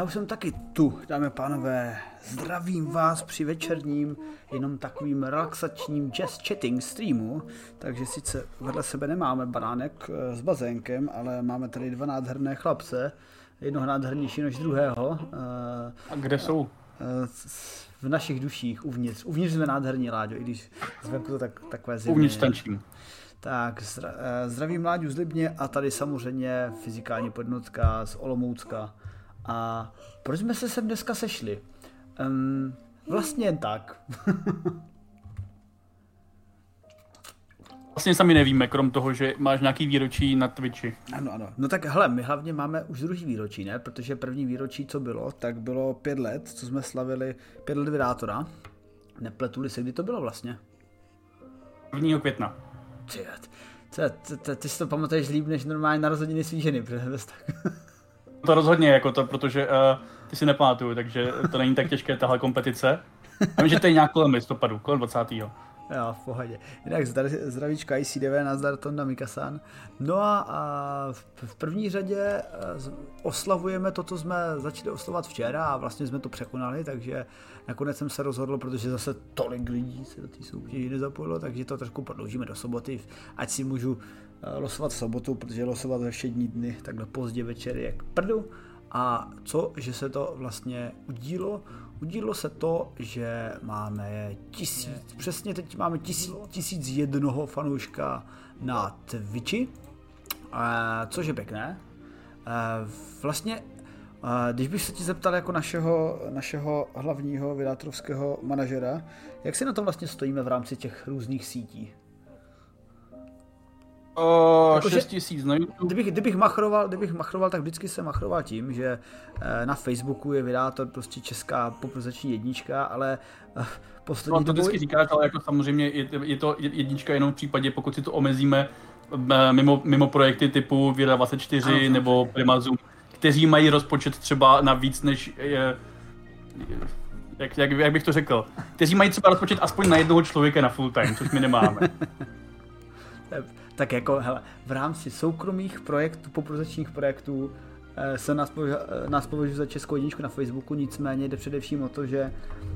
už jsem taky tu, dámy a pánové. Zdravím vás při večerním, jenom takovým relaxačním jazz chatting streamu. Takže sice vedle sebe nemáme banánek s bazénkem, ale máme tady dva nádherné chlapce. Jednoho nádhernější než druhého. A kde jsou? V našich duších, uvnitř. Uvnitř jsme nádherní, Láďo, i když zvenku to takové zimné. Uvnitř tančím. Tak, zdravím Láďu z Libně a tady samozřejmě fyzikální podnotka z Olomoucka. A proč jsme se sem dneska sešli? Vlastně jen tak. Vlastně sami nevíme, krom toho, že máš nějaký výročí na Twitchi. Ano. No tak hele, my hlavně máme už druhý výročí, ne? Protože první výročí, co bylo, tak bylo 5 let, co jsme slavili 5 let Vydátora. Nepletuli se, kdy to bylo vlastně? 1. května. Ty si to pamatuješ líp než normálně narozeniny svý ženy, tak. To rozhodně, jako to, protože ty si nepamatuju, takže to není tak těžké tahle kompetice. Já vím, že to je nějak kolem listopadu, kolem 20. Jo, v pohodě. Jinak zdravíčka ICDV, nazdar Tonda Mikasan. No a v první řadě oslavujeme to, co jsme začali oslavovat včera a vlastně jsme to překonali, takže nakonec jsem se rozhodl, protože zase tolik lidí se do té soutěže nezapojilo, takže to trošku prodloužíme do soboty, ať si můžu losovat v sobotu, protože losovat ve všední dny takhle pozdě večer je k prdu. A co, že se to vlastně udílo? Udílo se to, že máme přesně teď máme 1001 fanouška na Twitchi, což je pěkné. Vlastně, když bych se ti zeptal jako našeho hlavního vydátorovského manažera, jak si na tom vlastně stojíme v rámci těch různých sítí? 6 000 na YouTube. Kdybych machroval, tak vždycky jsem machroval tím, že na Facebooku je Vydátor prostě česká popularizační jednička, ale poslední to vždycky říkáš, ale jako samozřejmě je to jednička jenom v případě, pokud si to omezíme mimo projekty typu Vida24 nebo Primazum, kteří mají rozpočet třeba na víc než jak bych to řekl, kteří mají třeba rozpočet aspoň na jednoho člověka na full time, což my nemáme. Tak jako, hele, v rámci soukromých projektů, popularizačních projektů se nás považuje za českou jedničku na Facebooku, nicméně jde především o to, že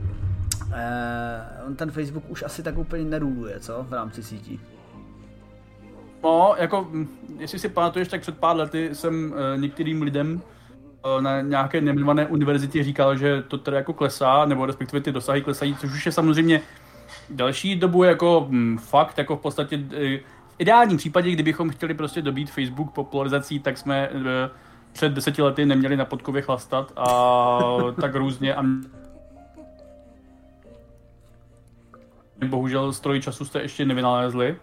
on ten Facebook už asi tak úplně neruluje, co, v rámci sítí. No, jako, jestli si pamatuješ, tak před pár lety jsem některým lidem na nějaké nejmenované univerzitě říkal, že to teda jako klesá, nebo respektive ty dosahy klesají, což už je samozřejmě další dobu jako fakt, jako v podstatě v ideálním případě, kdybychom chtěli prostě dobít Facebook popularizací, tak jsme před 10 lety neměli na podkově chlastat a tak různě a bohužel stroj času jste ještě nevynalezli.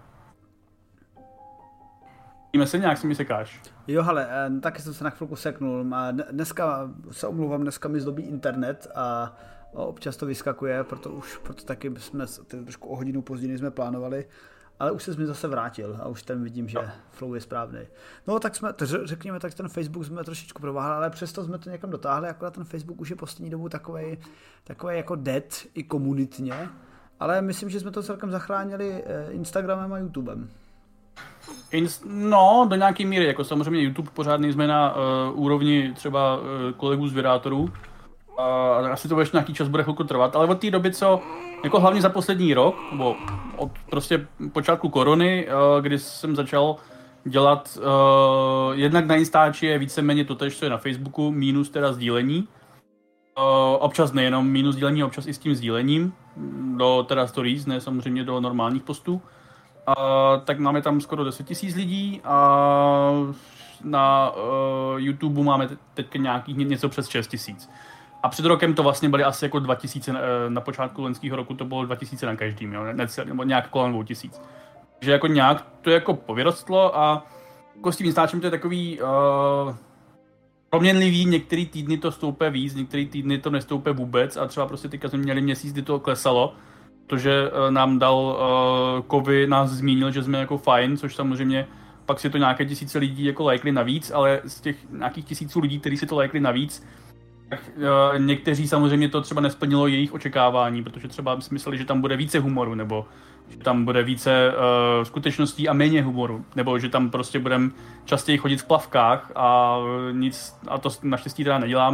Víme se nějak, si mi sekáš. Jo, hele, taky jsem se na chvilku seknul. Dneska se omlouvám, dneska mi zdobí internet a občas to vyskakuje, proto taky jsme trošku o hodinu později jsme plánovali, ale už se mi zase vrátil a už ten vidím, že flow je správný. No tak řekněme, tak ten Facebook jsme trošičku prováhli, ale přesto jsme to někam dotáhli, akorát ten Facebook už je poslední dobu takovej jako dead i komunitně, ale myslím, že jsme to celkem zachránili Instagramem a YouTubem. No, do nějaké míry, jako samozřejmě YouTube pořád nejsme na úrovni třeba kolegů z Vydátorů. Asi to ještě nějaký čas bude chvilku trvat, ale od té doby, co jako hlavně za poslední rok, nebo od prostě počátku korony, kdy jsem začal dělat jednak na Instači je víceméně totéž, co je na Facebooku, mínus teda sdílení. Občas nejenom mínus sdílení, občas i s tím sdílením, do teda stories, ne samozřejmě do normálních postů. Tak máme tam skoro 10 000 lidí a na YouTube máme teď nějakých něco přes 6 000. A před rokem to vlastně byly asi jako 2000, na počátku loňského roku to bylo 2000 na každým, jo, nebo nějak kolem 2000. Takže jako nějak to jako povyrostlo a jako s tím Instačem to je takový proměnlivý, některý týdny to stoupé víc, některý týdny to nestoupé vůbec a třeba prostě teďka jsme měli měsíc, kdy to klesalo, protože nám dal Kovy, nás zmínil, že jsme jako fajn, což samozřejmě pak si to nějaké tisíce lidí jako lajkli navíc, ale z těch nějakých tisíců lidí, kteří si to lajkli navíc, tak někteří samozřejmě to třeba nesplnilo jejich očekávání, protože třeba si mysleli, že tam bude více humoru, nebo že tam bude více skutečností a méně humoru, nebo že tam prostě budeme častěji chodit v plavkách a nic, a to naštěstí teda neděláme.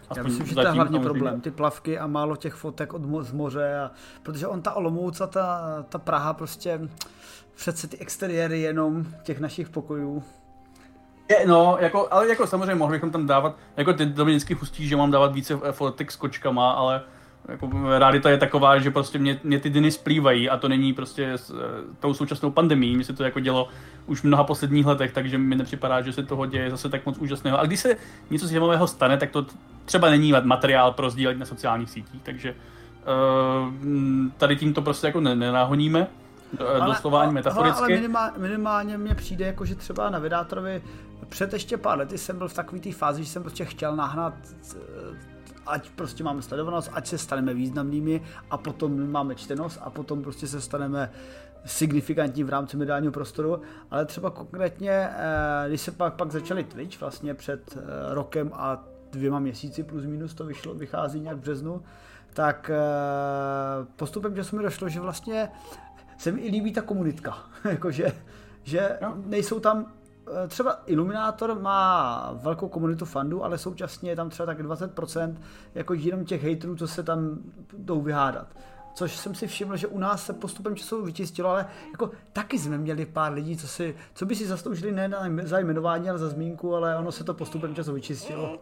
Já myslím, že to je hlavní problém, ty plavky a málo těch fotek z moře, protože ta Olomouc a ta Praha prostě přece ty exteriéry jenom těch našich pokojů. No, ale samozřejmě mohli bychom tam dávat, jako ty do mě vždycky hustí, že mám dávat více fotek s kočkama, ale jako realita je taková, že prostě mě ty dny splývají a to není prostě s tou současnou pandemií, mi se to jako dělo už v mnoha posledních letech, takže mi nepřipadá, že se toho děje zase tak moc úžasného. A když se něco zajímavého stane, tak to třeba není materiál pro sdílení na sociálních sítích, takže tady tím to prostě jako nenáhoníme. Doslova ani metaforicky. Ale minimálně mně přijde, jako, že třeba na Vydátorovi před ještě pár lety jsem byl v takové té fázi, že jsem prostě chtěl nahnat, ať prostě máme sledovanost, ať se staneme významnými a potom máme čtenost a potom prostě se staneme signifikantní v rámci mediálního prostoru, ale třeba konkrétně, když se pak začali Twitch vlastně před rokem a 2 měsíci plus minus to vychází nějak v březnu, tak postupem času mi došlo, že vlastně se mi i líbí ta komunitka, jakože, že nejsou tam, třeba Iluminátor má velkou komunitu fandů, ale současně je tam třeba tak 20% jako jenom těch hejterů, co se tam jdou vyhádat. Což jsem si všiml, že u nás se postupem času vyčistilo, ale jako taky jsme měli pár lidí, co by si zasloužili ne za jmenování, ale za zmínku, ale ono se to postupem času vyčistilo.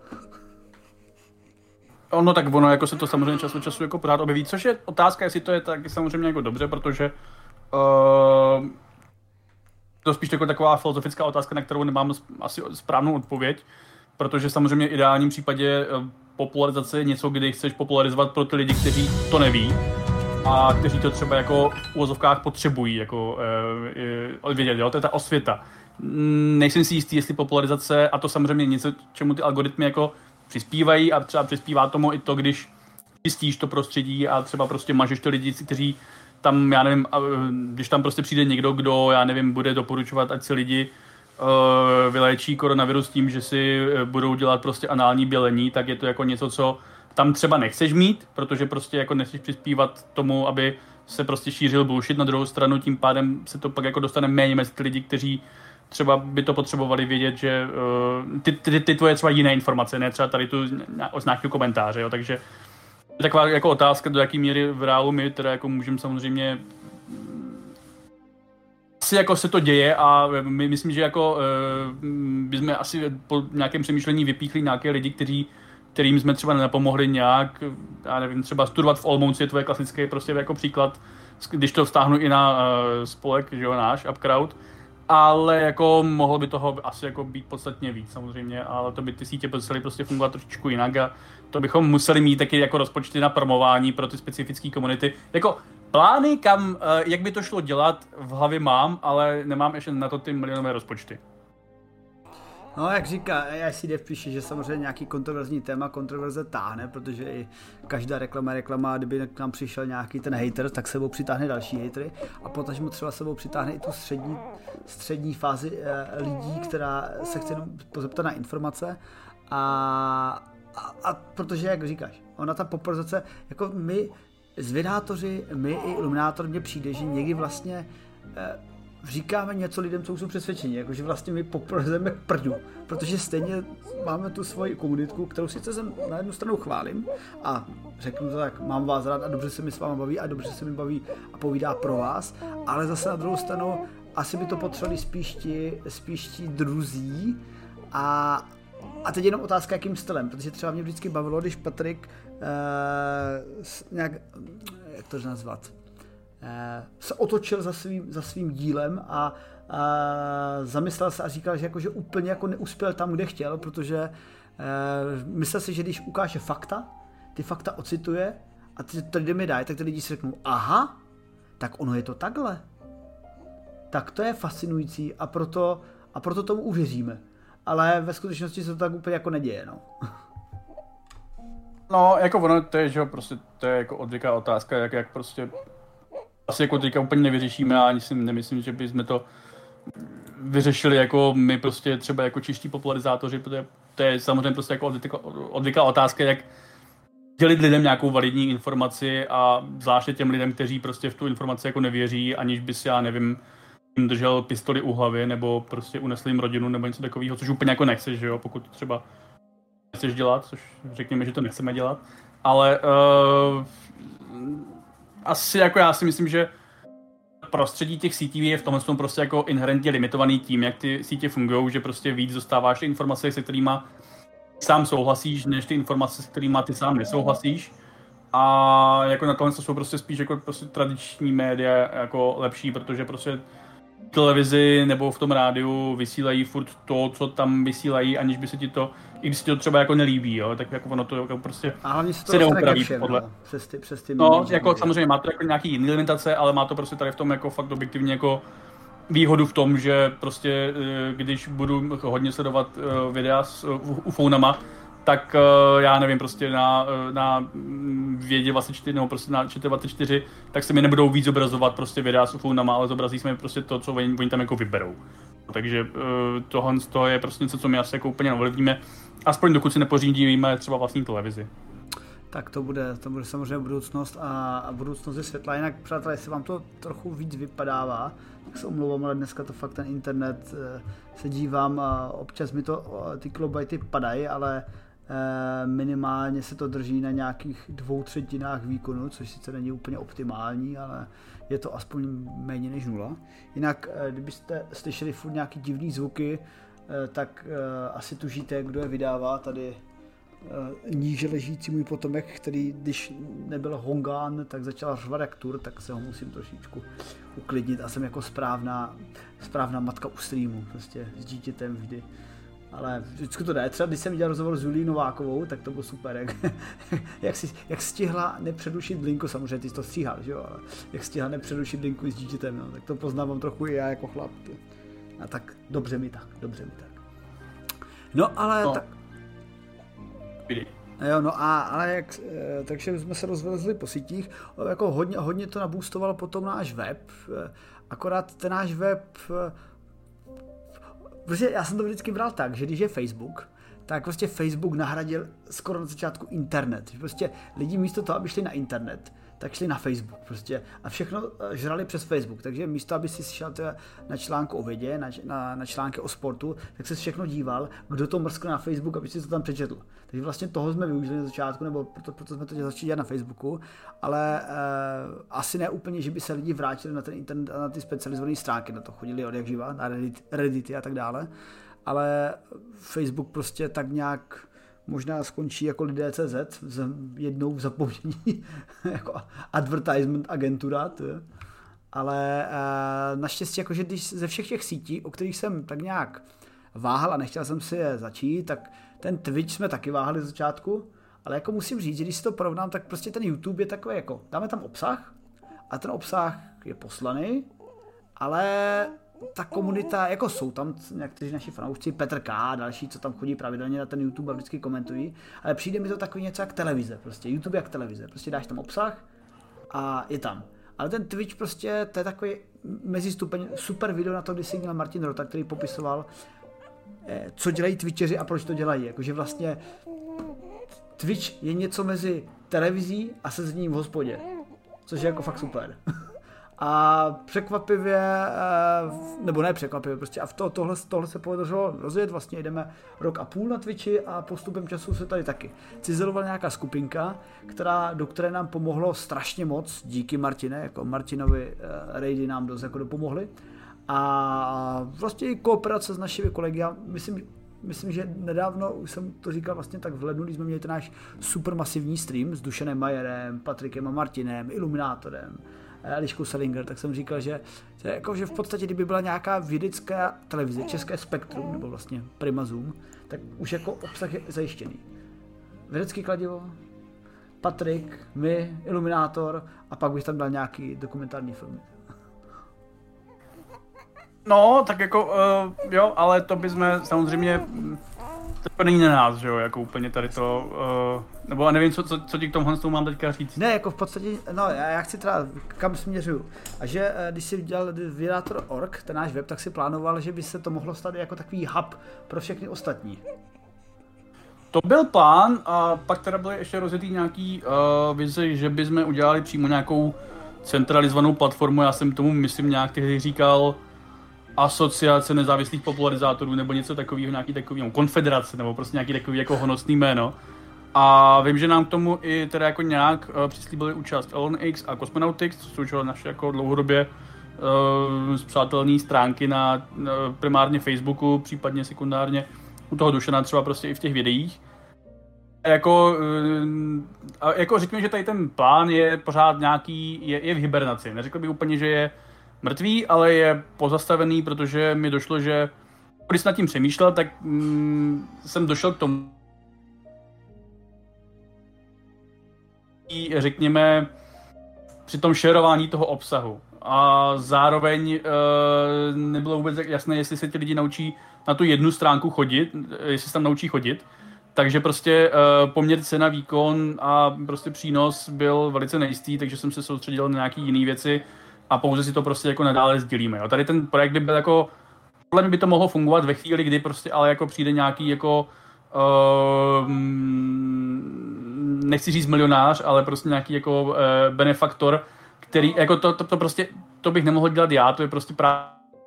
Ono jako se to samozřejmě čas od času jako pořád objeví, což je otázka, jestli to je taky samozřejmě jako dobře, protože to spíš jako taková filozofická otázka, na kterou nemám asi správnou odpověď, protože samozřejmě v ideálním případě popularizace je něco, kdy chceš popularizovat pro ty lidi, kteří to neví a kteří to třeba jako v uvozovkách potřebují jako vědět, jo? To je ta osvěta. Nejsem si jistý, jestli popularizace, a to samozřejmě něco, čemu ty algoritmy jako přispívají a třeba přispívá tomu i to, když čistíš to prostředí a třeba prostě mažeš ty lidi, kteří tam, já nevím, když tam prostě přijde někdo, kdo, já nevím, bude doporučovat, ať si lidi vyléčí koronavirus tím, že si budou dělat prostě anální bělení, tak je to jako něco, co tam třeba nechceš mít, protože prostě jako nechceš přispívat tomu, aby se prostě šířil bullshit. Na druhou stranu tím pádem se to pak jako dostane méně mezi ty lidi, kteří třeba by to potřebovali vědět, že ty tvoje třeba jiné informace, ne třeba tady tu z nějakého komentáře, jo, takže je taková jako otázka, do jaký míry v reálu my teda jako můžeme samozřejmě asi jako se to děje a my myslím, že jako bychom asi po nějakém přemýšlení vypíchli nějaké lidi, kterým jsme třeba nenapomohli nějak, já nevím, třeba studovat v Olomouci, to je klasický prostě jako příklad, když to vztáhnu i na spolek, že jo, náš Upcrowd, ale jako mohlo by toho asi jako být podstatně víc samozřejmě, ale to by ty sítě musely prostě fungovat trošičku jinak a to bychom museli mít taky jako rozpočty na promování pro ty specifické komunity. Jako plány, jak by to šlo dělat, v hlavě mám, ale nemám ještě na to ty milionové rozpočty. No, jak říká ICDF píše, že samozřejmě nějaký kontroverzní téma kontroverze táhne, protože i každá reklama, kdyby k nám přišel nějaký ten hater, tak sebou přitáhne další hatery a potažmo třeba sebou přitáhne i tu střední fázi lidí, která se chce jenom pozeptat na informace a protože, jak říkáš, ona ta popularizace, jako my zvědátoři, my i iluminátor, mně přijde, že někdy vlastně říkáme něco lidem, co jsou přesvědčení, jakože vlastně my popularizujeme k prdu, protože stejně máme tu svoji komunitku, kterou sice na jednu stranu chválím a řeknu to tak, mám vás rád a dobře se mi s váma baví a dobře se mi baví a povídá pro vás, ale zase na druhou stranu asi by to potřebovali spíš ti druzí a teď jenom otázka, jakým stylem, protože třeba mě vždycky bavilo, když Patrik nějak, jak to nazvat, se otočil za svým dílem a zamyslel se a říkal, že, jako, že úplně jako neuspěl tam, kde chtěl, protože myslel si, že když ukáže fakta, ty fakta ocituje a ty lidem je dají, tak ty lidi si řeknou, aha, tak ono je to takhle. Tak to je fascinující a proto tomu uvěříme. Ale ve skutečnosti se to tak úplně jako neděje, no. No, jako ono, to je, že prostě, to je jako odvěká otázka, jak prostě asi jako teďka úplně nevyřešíme a ani si nemyslím, že bychom to vyřešili jako my prostě třeba jako čeští popularizátoři, protože to je samozřejmě prostě jako odvyklá otázka, jak dělit lidem nějakou validní informaci a zvláště těm lidem, kteří prostě v tu informaci jako nevěří, aniž by si, já nevím, jim držel pistoli u hlavy nebo prostě unesl jim rodinu nebo něco takového, což úplně jako nechceš, že jo, pokud třeba chceš dělat, což řekněme, že to nechceme dělat, ale asi jako já si myslím, že prostředí těch CTV je v tomhle tom prostě jako inherentně limitovaný tím, jak ty sítě fungují, že prostě víc dostáváš ty informace, se kterými sám souhlasíš, než ty informace, se kterými ty sám nesouhlasíš. A jako na tohle jsou prostě spíš jako prostě tradiční média jako lepší, protože prostě v televizi nebo v tom rádiu vysílají furt to, co tam vysílají, aniž by se ti to, i když se ti to třeba jako nelíbí, jo, tak jako ono to jako prostě a hlavně se neupraví podle. Přes ty no, jako samozřejmě má to jako nějaký jiný limitace, ale má to prostě tady v tom jako fakt objektivně jako výhodu v tom, že prostě když budu hodně sledovat videa s ufounama, tak já nevím, prostě na Vědě 24 nebo prostě na ČT24, tak se mi nebudou víc zobrazovat prostě videa s ufounama, ale zobrazí se mi prostě to, co oni tam jako vyberou. Takže tohle je prostě něco, co my asi jako úplně neovlivníme, aspoň dokud si nepořídíme třeba vlastní televizi. Tak to bude samozřejmě budoucnost a budoucnost je světla. Jinak, přátelé, jestli vám to trochu víc vypadává, tak se omlouvám, ale dneska to fakt ten internet se dívám a občas mi to ty kilobajty padají, ale minimálně se to drží na nějakých 2/3 výkonu, což sice není úplně optimální, ale je to aspoň méně než 0. Jinak, kdybyste slyšeli furt nějaký divný zvuky, tak asi tužíte, kdo je vydává. Tady níže ležící můj potomek, který když nebyl hongán, tak začal řvat jak tur, tak se ho musím trošičku uklidnit a jsem jako správná matka u streamu, prostě s dítětem vždy. Ale vždycky to jde. Třeba když jsem viděl rozhovor s Julí Novákovou, tak to bylo super, jak stihla nepředušit Blinku, samozřejmě ty jsi to stříhal, že jo, ale jak stihla nepředušit Blinku s dítětem, no, tak to poznávám trochu i já jako chlap. A tak dobře mi tak. No ale no. tak... Jo, no takže jsme se rozvezli po sítích, jako hodně to naboostoval potom náš web, akorát ten náš web, prostě já jsem to vždycky bral tak, že když je Facebook, tak prostě Facebook nahradil skoro na začátku internet, že prostě lidi místo toho, aby šli na internet, tak šli na Facebook prostě a všechno žrali přes Facebook, takže místo, aby si šel na článku o vědě, na články o sportu, tak se všechno díval, kdo to mrskl na Facebook, aby si to tam přečetl. Takže vlastně toho jsme využili na začátku, nebo proto jsme to začali dělat na Facebooku, ale asi ne úplně, že by se lidi vrátili na ten internet a na ty specializované stránky, na to chodili od jak živa, na Reddity a tak dále, ale Facebook prostě tak nějak možná skončí jako Lidé.cz jednou v zapomnění jako advertisement agentura, ale naštěstí jakože když ze všech těch sítí, o kterých jsem tak nějak váhal a nechtěl jsem si je začít, tak ten Twitch jsme taky váhali z začátku, ale jako musím říct, že když si to porovnám, tak prostě ten YouTube je takový jako, dáme tam obsah a ten obsah je poslaný, ale ta komunita, jako jsou tam někteří naši fanoušci, Petr K. a další, co tam chodí pravidelně na ten YouTube a vždycky komentují, ale přijde mi to takový něco jak televize, prostě YouTube jak televize, prostě dáš tam obsah a je tam. Ale ten Twitch prostě, to je takový mezistupeň, super video na to, když si měl Martin Rota, který popisoval, co dělají Twitcheři a proč to dělají, jakože vlastně Twitch je něco mezi televizí a sezením v hospodě, což je jako fakt super. A překvapivě, nebo ne překvapivě, prostě a tohle se podařilo rozjet, vlastně jdeme 1,5 roku na Twitchi a postupem času se tady taky cizelovala nějaká skupinka, do které nám pomohlo strašně moc, díky Martine, jako Martinovi raidy nám dost jako dopomohli a vlastně i kooperace s našimi kolegy, já myslím, že nedávno, už jsem to říkal vlastně tak v lednu, když jsme měli ten náš supermasivní stream s Dušanem Majerem, Patrikem a Martinem, Iluminátorem, Eliškou Salinger, tak jsem říkal, že v podstatě, kdyby byla nějaká vědecká televize, České Spektrum, nebo vlastně Prima Zoom, tak už jako obsah je zajištěný. Vědecký kladivo, Patrik, my, Iluminátor a pak bych tam dal nějaký dokumentární film. No, tak jako, jo, ale to bychom samozřejmě, to není na nás, že jo, jako úplně tady to, nebo a nevím, co ti k tomu mám teďka říct. Ne, jako v podstatě, no, já chci teda, kam směřuju. A že když si dělal Vydátor.org, ten náš web, tak si plánoval, že by se to mohlo stát jako takový hub pro všechny ostatní. To byl plán a pak teda byly ještě rozjetý nějaký vize, že bychom udělali přímo nějakou centralizovanou platformu, já jsem tomu myslím nějak tehdy říkal, asociace nezávislých popularizátorů nebo něco takového, nějaký takový, konfederace nebo prostě nějaký takový jako honosný jméno. A vím, že nám k tomu i teda jako nějak přislíbili účast Elon X a Cosmonautics, což jsou naše jako dlouhodobě spřátelné stránky na primárně Facebooku, případně sekundárně u toho Dušana třeba prostě i v těch videích. Jako řekněme, že tady ten plán je pořád nějaký, je v hibernaci. Neřekl bych úplně, že je mrtvý, ale je pozastavený, protože mi došlo, že když jsem nad tím přemýšlel, tak jsem došel k tomu, řekněme, při tom šerování toho obsahu. A zároveň nebylo vůbec jasné, jestli se ti lidi naučí na tu jednu stránku chodit, jestli se tam naučí chodit. Takže prostě poměr cena, výkon a prostě přínos byl velice nejistý, takže jsem se soustředil na nějaký jiné věci a pouze si to prostě jako nadále sdělíme. Jo. Tady ten projekt by byl jako, podle mě by to mohlo fungovat ve chvíli, kdy prostě ale jako přijde nějaký jako nechci říct milionář, ale prostě nějaký jako benefaktor, který jako to prostě, to bych nemohl dělat já, to je prostě právě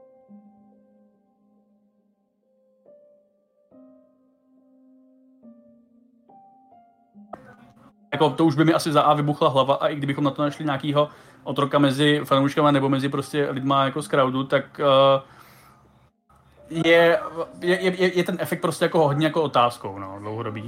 jako to už by mi asi za A vybuchla hlava a i kdybychom na to našli nějakýho otroka mezi fanouškama nebo mezi prostě lidma jako z crowdu, tak je ten efekt prostě jako hodně jako otázkou, no, dlouhodobý.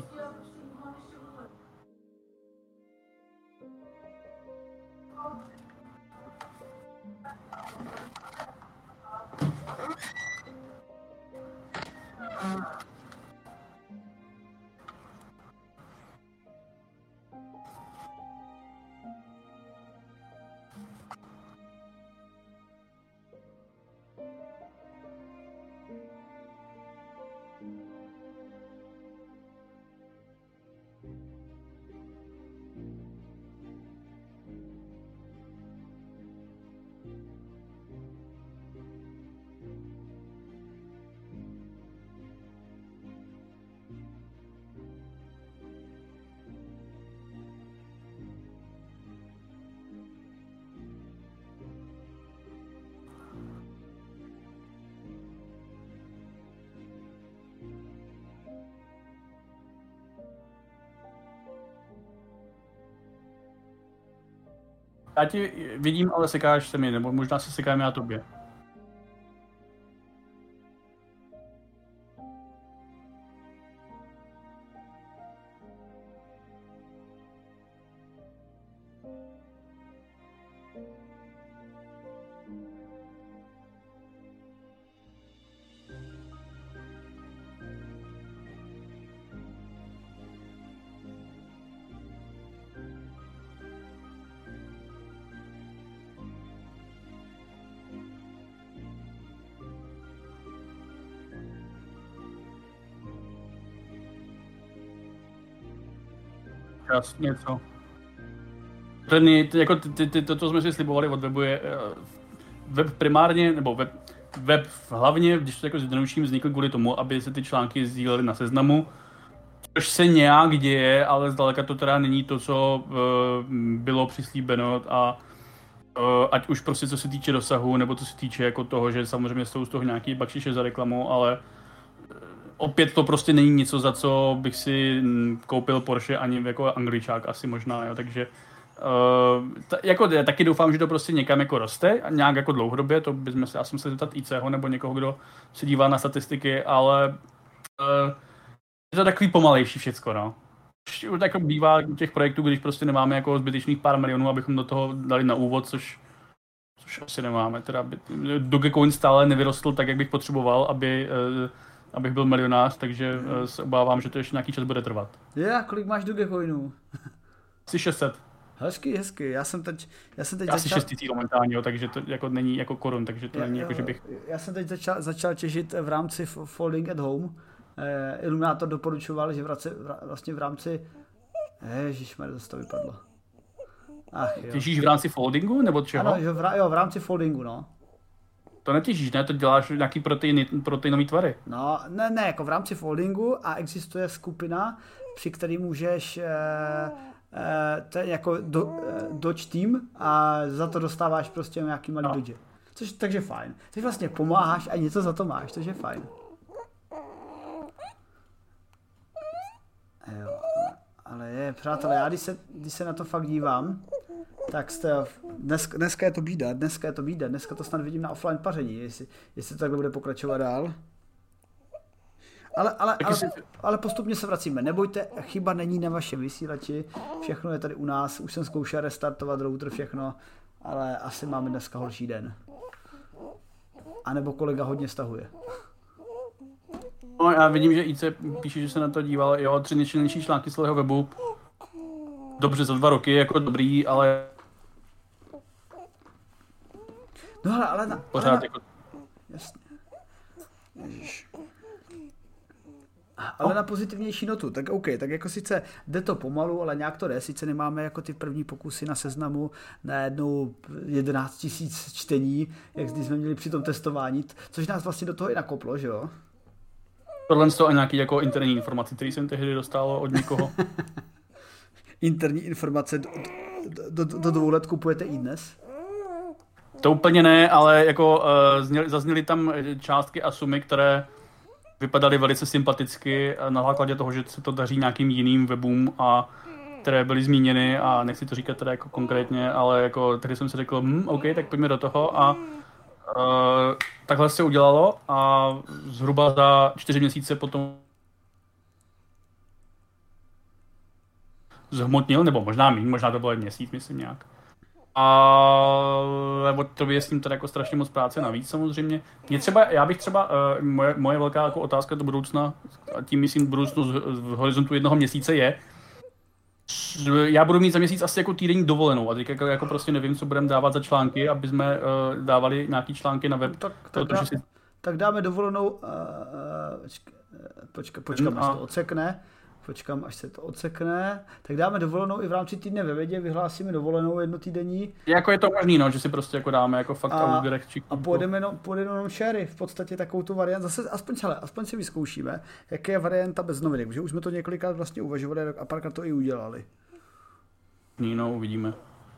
Já ti vidím, ale sekáš se mi, nebo možná se sekáme já tobě. Jasně, co? To jsme si slibovali od webu je web primárně, nebo web hlavně, když to jako zjednoduším, vznikl kvůli tomu, aby se ty články sdílely na Seznamu, což se nějak děje, ale zdaleka to teda není to, co bylo přislíbeno a ať už prostě co se týče dosahu, nebo co se týče jako toho, že samozřejmě jsou z toho nějaký bakšiše za reklamu, ale opět to prostě není něco, za co bych si koupil Porsche ani jako Angličák asi možná, jo, takže jako taky doufám, že to prostě někam jako roste, nějak jako dlouhodobě, to bychom se, já jsem se zeptat ICho nebo někoho, kdo se dívá na statistiky, ale je to takový pomalejší všecko, no. Tak bývá u těch projektů, když prostě nemáme jako zbytečných pár milionů, abychom do toho dali na úvod, což asi nemáme, teda Dogecoin stále nevyrostl tak, jak bych potřeboval, abych byl milionář, takže se obávám, že to ještě nějaký čas bude trvat. Kolik máš Dogecoinů? Asi 600. Hezky. Já jsem teď asi 6 000 momentálně, takže to jako není jako korun, takže to není jako, že bych... Já jsem teď začal těžit v rámci Folding at Home. Iluminátor doporučoval, že vlastně v rámci... Ježišmarja, zase to vypadlo. Těžíš v rámci foldingu, nebo čeho? Ano, v rámci foldingu, no. To netěžíš, ne? To děláš nějaký proteinový tvary. No, ne, jako v rámci foldingu a existuje skupina, při který můžeš jako Dodge Team a za to dostáváš prostě nějaký malý dodge. Takže fajn. Ty vlastně pomáháš a něco za to máš, takže fajn. Jo, ale přátelé, já když se na to fakt dívám, tak dneska je to bída, dneska to snad vidím na offline paření, jestli to takhle bude pokračovat dál. Ale postupně se vracíme, nebojte, chyba není na vašem vysílači, všechno je tady u nás, už jsem zkoušel restartovat router, všechno, ale asi máme dneska horší den. A nebo kolega hodně stahuje. No, já vidím, že IC píše, že se na to díval, jo, 3 nejčilnější články z celého webu. Dobře, za 2 roky, jako dobrý, ale... No ale pořád jako... Jasně. Ježiš. Ale na pozitivnější notu, tak OK, tak jako sice jde to pomalu, ale nějak to jde, sice nemáme jako ty první pokusy na Seznamu na jednou 11 000 čtení, jak když jsme měli při tom testování, což nás vlastně do toho i nakoplo, že jo? Tohle je nějaký jako interní informace, který jsem tehdy dostal od někoho. Interní informace do 2 let kupujete i dnes? To úplně ne, ale jako zazněly tam částky a sumy, které vypadaly velice sympaticky na základě toho, že se to daří nějakým jiným webům a které byly zmíněny a nechci to říkat teda jako konkrétně, ale jako tady jsem si řekl, OK, tak pojďme do toho a takhle se udělalo a zhruba za 4 měsíce potom zhmotnil, nebo možná méně, možná to bylo měsíc, myslím nějak. Ale od tobě je s tím teda jako strašně moc práce navíc samozřejmě. Já bych třeba, moje velká jako otázka do budoucna, a tím myslím budoucnost v horizontu 1 měsíce je, já budu mít za měsíc asi jako týdenní dovolenou a teď jako prostě nevím, co budeme dávat za články, aby jsme dávali nějaký články na web. Tak dáme dovolenou, počkám, až to odsekne. Počkám, až se to odsekne. Tak dáme dovolenou i v rámci týdne ve vědě, vyhlásíme dovolenou jednotýdenní. Jako je to možný, no, že si prostě jako dáme jako fakt a pojedeme jenom share, v podstatě takovou tu variantu. Zase aspoň si vyzkoušíme, jaká je varianta bez novinek, že už jsme to několikrát vlastně uvažovali a párkrát to i udělali. No, uvidíme.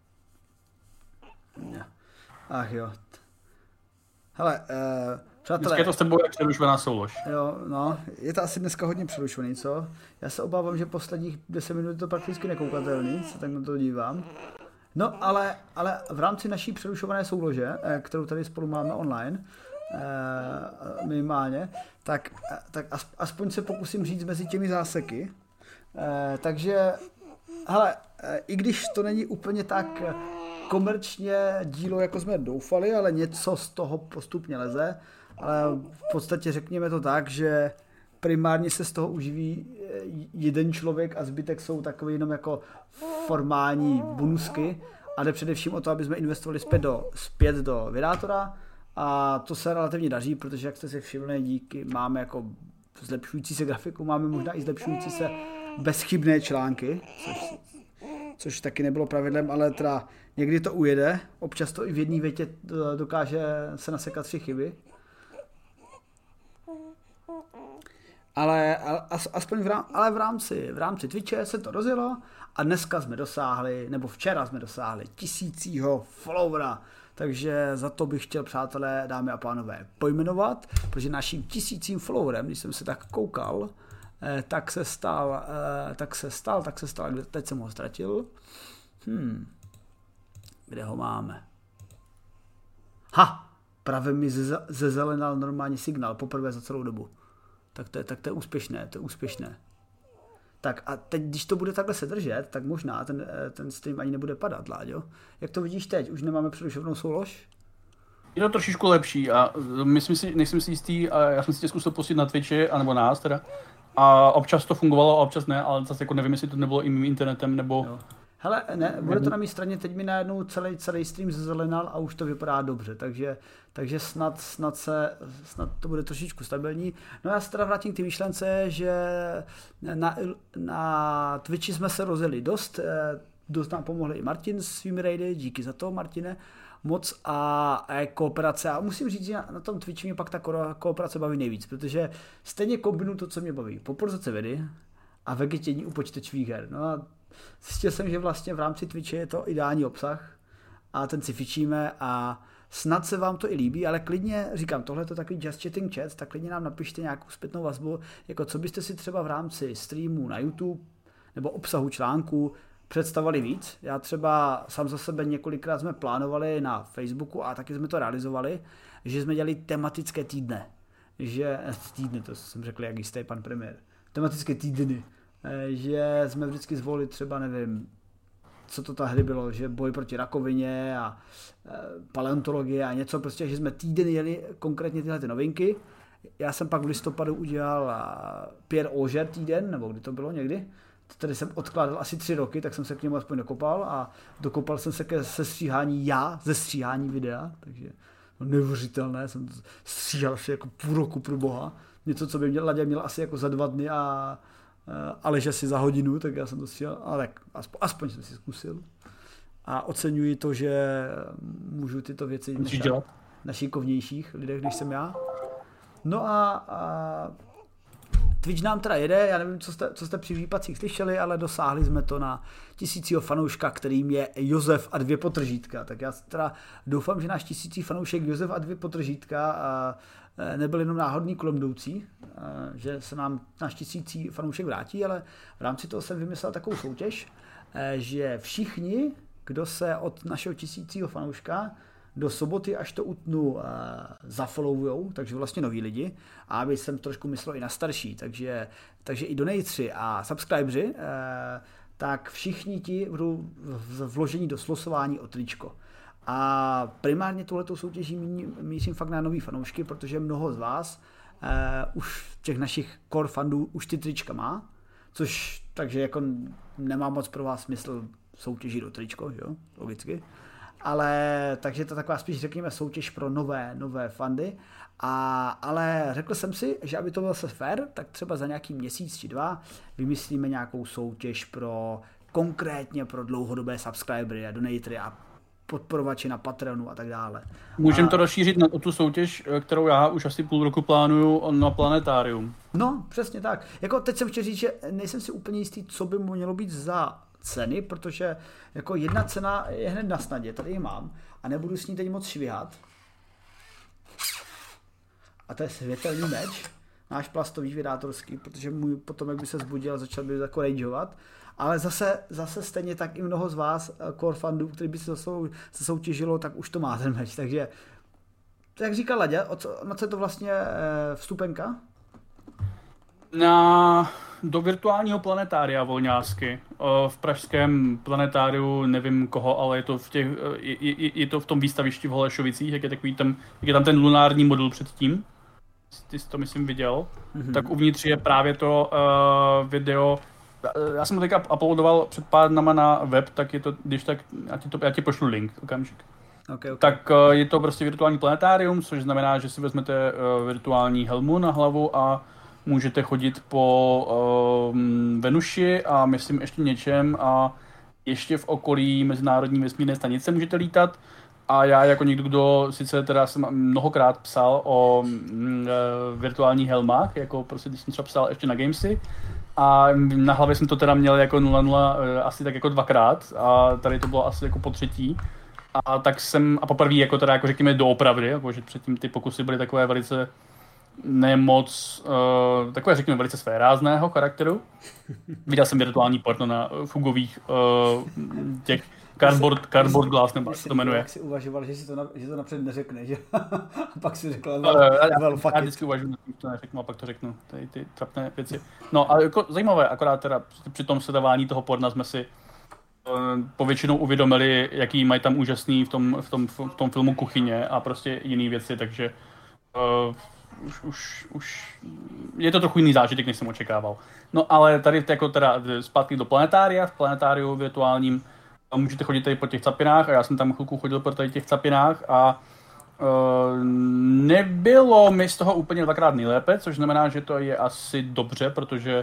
Ach jo. Hele, přátelé, dneska je to s tebou jak přerušovaná soulož. Jo, no, je to asi dneska hodně přerušovaný, co? Já se obávám, že posledních 10 minut je to prakticky nekoukatelný, se tak na to dívám. No, ale v rámci naší přerušované soulože, kterou tady spolu máme online, minimálně, tak aspoň se pokusím říct mezi těmi záseky. Takže, hele, i když to není úplně tak komerčně dílo, jako jsme doufali, ale něco z toho postupně leze, ale v podstatě řekněme to tak, že primárně se z toho uživí jeden člověk a zbytek jsou takové jenom jako formální bonusky a jde především o to, aby jsme investovali zpět do Vydátora a to se relativně daří, protože jak jste si všimli, díky máme jako zlepšující se grafiku, máme možná i zlepšující se bezchybné články, což taky nebylo pravidlem, ale teda někdy to ujede, občas to i v jedné větě dokáže se nasekat 3 chyby. Ale aspoň v rámci Twitche se to rozjelo a dneska jsme dosáhli, nebo včera jsme dosáhli 1000. followera. Takže za to bych chtěl, přátelé, dámy a pánové, pojmenovat, protože naším 1000. followerem, když jsem se tak koukal, tak se stal, teď jsem ho ztratil. Kde ho máme? Právě mi zezelenal normální signál, poprvé za celou dobu. Tak to je úspěšné, Tak a teď, když to bude takhle se držet, tak možná ten stream ani nebude padat, Láďo. Jak to vidíš teď? Už nemáme přerušovanou soulož? Je to trošičku lepší a nejsem si jistý, a já jsem si tě zkusil pustit na Twitchi, anebo nás teda. A občas to fungovalo a občas ne, ale zase jako nevím, jestli to nebylo i mým internetem, nebo... Jo. Hele, ne, bude to na mé straně, teď mi najednou celý stream zezelenal a už to vypadá dobře, takže snad to bude trošičku stabilní. No já se teda vrátím k té myšlence, že na Twitchi jsme se rozjeli dost nám pomohli i Martin s svými raidy, díky za to, Martine, moc a kooperace. A musím říct, že na tom Twitchi mě pak ta kooperace baví nejvíc, protože stejně kombinuju to, co mě baví. Popularizace vědy a vegetění u počítačových her. No a zjistil jsem, že vlastně v rámci Twitche je to ideální obsah a ten si fičíme a snad se vám to i líbí, ale klidně, říkám, tohle je to takový just chatting chat, tak klidně nám napište nějakou zpětnou vazbu, jako co byste si třeba v rámci streamu na YouTube nebo obsahu článku představovali víc. Já třeba sám za sebe několikrát jsme plánovali na Facebooku a taky jsme to realizovali, že jsme dělali tematické týdny, to jsem řekl, jak jistý pan premiér, tematické týdny, že jsme vždycky zvolili třeba, nevím, co to ta hry bylo, že boj proti rakovině a paleontologie a něco, prostě, že jsme týden jeli konkrétně tyhle ty novinky. Já jsem pak v listopadu udělal Pierre Auger týden, nebo kdy to bylo někdy, tady jsem odkládal asi 3 roky, tak jsem se k němu aspoň dokopal a dokopal jsem se ke ze stříhání videa, takže neuvěřitelné, jsem to stříhal asi jako půl roku pro boha, něco, co by Laďa měl asi jako za 2 dny a Aleš asi za hodinu, tak já jsem to stříhal, ale tak aspoň jsem si zkusil a oceňuji to, že můžu tyto věci dělat na šikovnějších lidech, než jsem já. No a Twitch nám teda jede, já nevím, co jste při výpadcích slyšeli, ale dosáhli jsme to na 1000. fanouška, kterým je Josef a 2 podtržítka. Tak já teda doufám, že náš 1000. fanoušek Josef a 2 podtržítka nebyl jenom náhodný kolem jdoucí, že se nám náš 1000. fanoušek vrátí, ale v rámci toho jsem vymyslel takovou soutěž, že všichni, kdo se od našeho 1000. fanouška do soboty, až to utnu, zafollowujou, takže vlastně noví lidi, a aby jsem trošku myslel i na starší, takže i donatři a subscriberi, tak všichni ti budou vložení do slosování o tričko. A primárně tuhletou soutěží mířím fakt na nový fanoušky, protože mnoho z vás už těch našich core fandů už ty trička má, což takže jako nemá moc pro vás smysl soutěžit do tričko, jo? Logicky. Ale takže to taková spíš řekněme soutěž pro nové fandy. Ale řekl jsem si, že aby to bylo se fair, tak třeba za nějaký měsíc či 2 vymyslíme nějakou soutěž konkrétně pro dlouhodobé subscribery a donatory a podporovači na Patreonu a tak dále. Můžeme to rozšířit na tu soutěž, kterou já už asi půl roku plánuju na Planetárium. No, přesně tak. Jako teď jsem chtěl říct, že nejsem si úplně jistý, co by mělo být za ceny, protože jako jedna cena je hned na snadě, tady ji mám a nebudu s ní teď moc švihat. A to je světelný meč, náš plastový vydátorský, protože můj potom, jak by se zbudil, začal by jako rageovat. Ale zase stejně tak i mnoho z vás core fandů, který by se soutěžilo, tak už to má ten meč. Takže, jak říkal Laďa, na co je to vlastně vstupenka? Do virtuálního planetária volňásky. V pražském planetáriu nevím koho, ale je to v tom výstavišti v Holešovicích, jak je tam ten lunární modul předtím. Ty jsi to myslím viděl. Mm-hmm. Tak uvnitř je právě to video. Já jsem to teďka uploadoval před pár dnama na web, tak je to, když tak, já ti pošlu link, okamžik. Okay. Tak je to prostě virtuální planetárium, což znamená, že si vezmete virtuální helmu na hlavu a můžete chodit po Venuši a myslím ještě něčem a ještě v okolí Mezinárodní vesmírné stanice můžete lítat. A já jako někdo, kdo sice teda jsem mnohokrát psal o virtuálních helmách, jako prostě když jsem třeba psal ještě na Gamesy, a na hlavě jsem to teda měl jako 0,0 asi tak jako 2krát a tady to bylo asi jako po 3. A tak jsem, a poprvé jako teda jako řekněme doopravdy, jako že předtím ty pokusy byly takové velice nemoc, takové řekněme velice svérázného charakteru. Viděl jsem virtuální porno na fugových těch cardboard glass, nebo jak se to jmenuje. Jak si uvažoval, že to napřed neřekne, že? A pak si řekl, já vždycky uvažuji, že to neřeknu a pak to řeknu, ty trapné věci. No a jako zajímavé, akorát teda při tom sledování toho porna jsme si povětšinou uvědomili, jaký mají tam úžasný v tom filmu kuchyně a prostě jiné věci, takže už je to trochu jiný zážitek, než jsem očekával. No ale tady jako teda zpátky do planetária, v planetáriu virtuálním můžete chodit tady po těch capinách a já jsem tam chvilku chodil po tady těch capinách a nebylo mi z toho úplně 2krát nejlépe, což znamená, že to je asi dobře, protože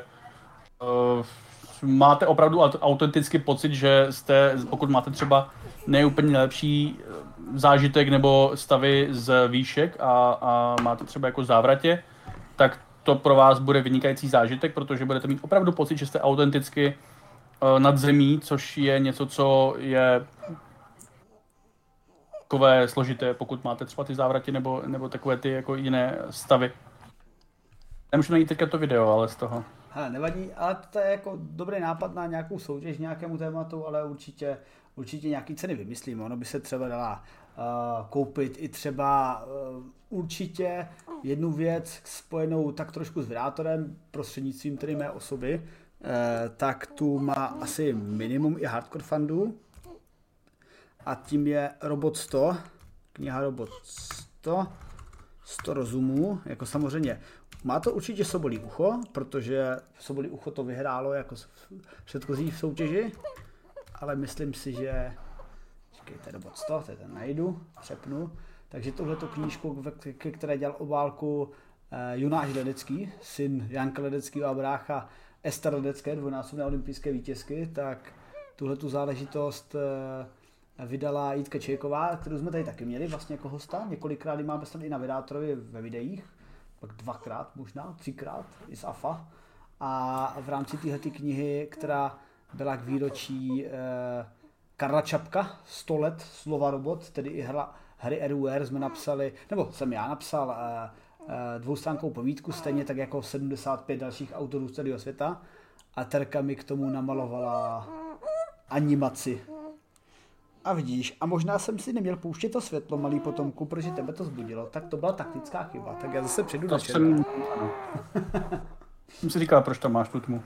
máte opravdu autentický pocit, že pokud máte třeba neúplně nejlepší zážitek nebo stavy z výšek a máte třeba jako závratě, tak to pro vás bude vynikající zážitek, protože budete mít opravdu pocit, že jste autenticky nad zemí, což je něco, co je takové složité, pokud máte třeba ty závratě nebo takové ty jako jiné stavy. Nemůžu najít teďka to video, ale z toho. Hele, nevadí, ale to je jako dobrý nápad na nějakou soutěž, nějakému tématu, ale určitě nějaký ceny vymyslíme. Ono by se třeba dala koupit i třeba určitě jednu věc spojenou tak trošku s vydátorem prostřednictvím tedy mé osoby, tak tu má asi minimum i hardcore fundů a tím je Robot 100, kniha Robot 100 rozumů, jako samozřejmě má to určitě Sobolí ucho, protože Sobolí ucho to vyhrálo jako v předchozí soutěži, ale myslím si, že čekejte, Robot 100, to je ten najdu, přepnu. Takže tuhleto knížku, ke které dělal obálku Jonáš Ledecký, syn Janka Ledeckého a brácha Ester Ledecké, dvojnásobné olympijské vítězky, tak tuhletu záležitost vydala Jitka Čejková, kterou jsme tady taky měli vlastně jako hosta. Několikrát ji máme snad i na vydátorovi ve videích, pak 2krát, možná 3krát i z AFA. A v rámci téhleté knihy, která byla k výročí Karla Čapka, 100 let slova robot, tedy i hry RUR jsme napsali, nebo jsem já napsal dvoustránkovou povídku, stejně tak jako 75 dalších autorů z celého světa. A Terka mi k tomu namalovala animaci. A vidíš, a možná jsem si neměl pouštět to světlo, malý potomku, protože tebe to zbudilo, tak to byla taktická chyba, tak já zase přijdu do červená. Jsem si říkal, proč tam máš tu tmu.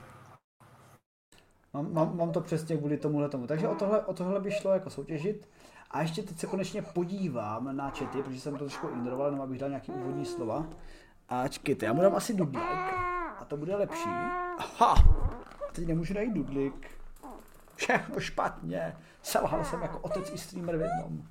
Mám to přesně kvůli tomuhle tomu, takže o tohle by šlo jako soutěžit. A ještě teď se konečně podívám na chaty, protože jsem to trošku ignoroval, jenom abych dal nějaký úvodní slova. A čekejte, já mu dám asi dudlík a to bude lepší. Aha, a teď nemůžu najít dudlík. Všechno špatně. Selhal jsem jako otec i streamer v jednom.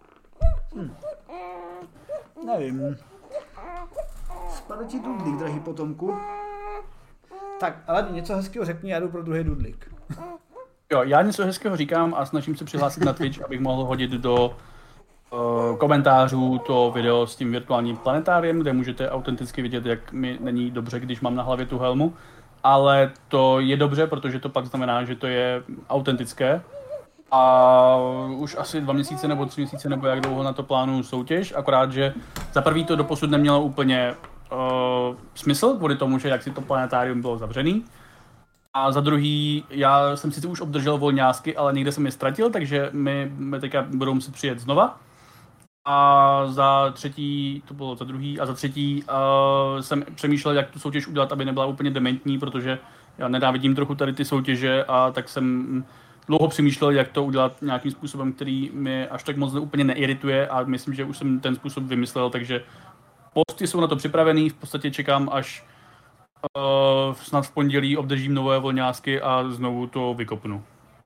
Nevím. Spadl ti dudlík, drahý potomku. Tak, ale něco hezkého řekni, já jdu pro druhý dudlík. Jo, já něco hezkého říkám a snažím se přihlásit na Twitch, abych mohl hodit do komentářů to video s tím virtuálním planetáriem, kde můžete autenticky vidět, jak mi není dobře, když mám na hlavě tu helmu. Ale to je dobře, protože to pak znamená, že to je autentické. A už asi 2 měsíce nebo 3 měsíce nebo jak dlouho na to plánuju soutěž, akorát, že za prvý to doposud nemělo úplně smysl, kvůli tomu, že jak si to planetárium bylo zavřený. A za druhý, já jsem si už obdržel volňásky, ale někde jsem je ztratil, takže my teďka budou muset přijet znova. A za třetí, to bylo za druhý, a za třetí jsem přemýšlel, jak tu soutěž udělat, aby nebyla úplně dementní, protože já nenávidím trochu tady ty soutěže a tak jsem dlouho přemýšlel, jak to udělat nějakým způsobem, který mi až tak moc úplně neirituje a myslím, že už jsem ten způsob vymyslel, takže posty jsou na to připravený, v podstatě čekám, až snad v pondělí obdržím nové volňásky a znovu to vykopnu.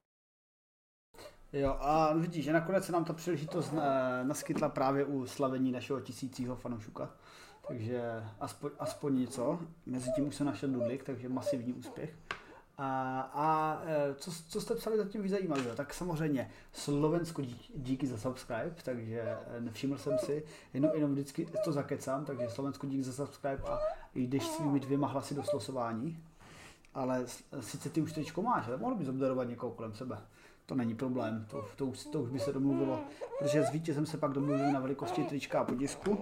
Jo, a vidíš, že nakonec se nám ta příležitost naskytla právě u slavení našeho 1000. fanouška. Takže aspoň něco. Mezitím už se našel dudlík, takže masivní úspěch. Co jste psali zatím zajímavého? Tak samozřejmě Slovensko díky za subscribe, takže nevšiml jsem si, jenom vždycky to zakecám, takže Slovensko díky za subscribe a jdeš svými 2 hlasy do slosování. Ale sice ty už tričko máš, ale mohl bys obdarovat někoho kolem sebe. To není problém, to už by se domluvilo, protože s vítězem se pak domluvili na velikosti trička a podisku.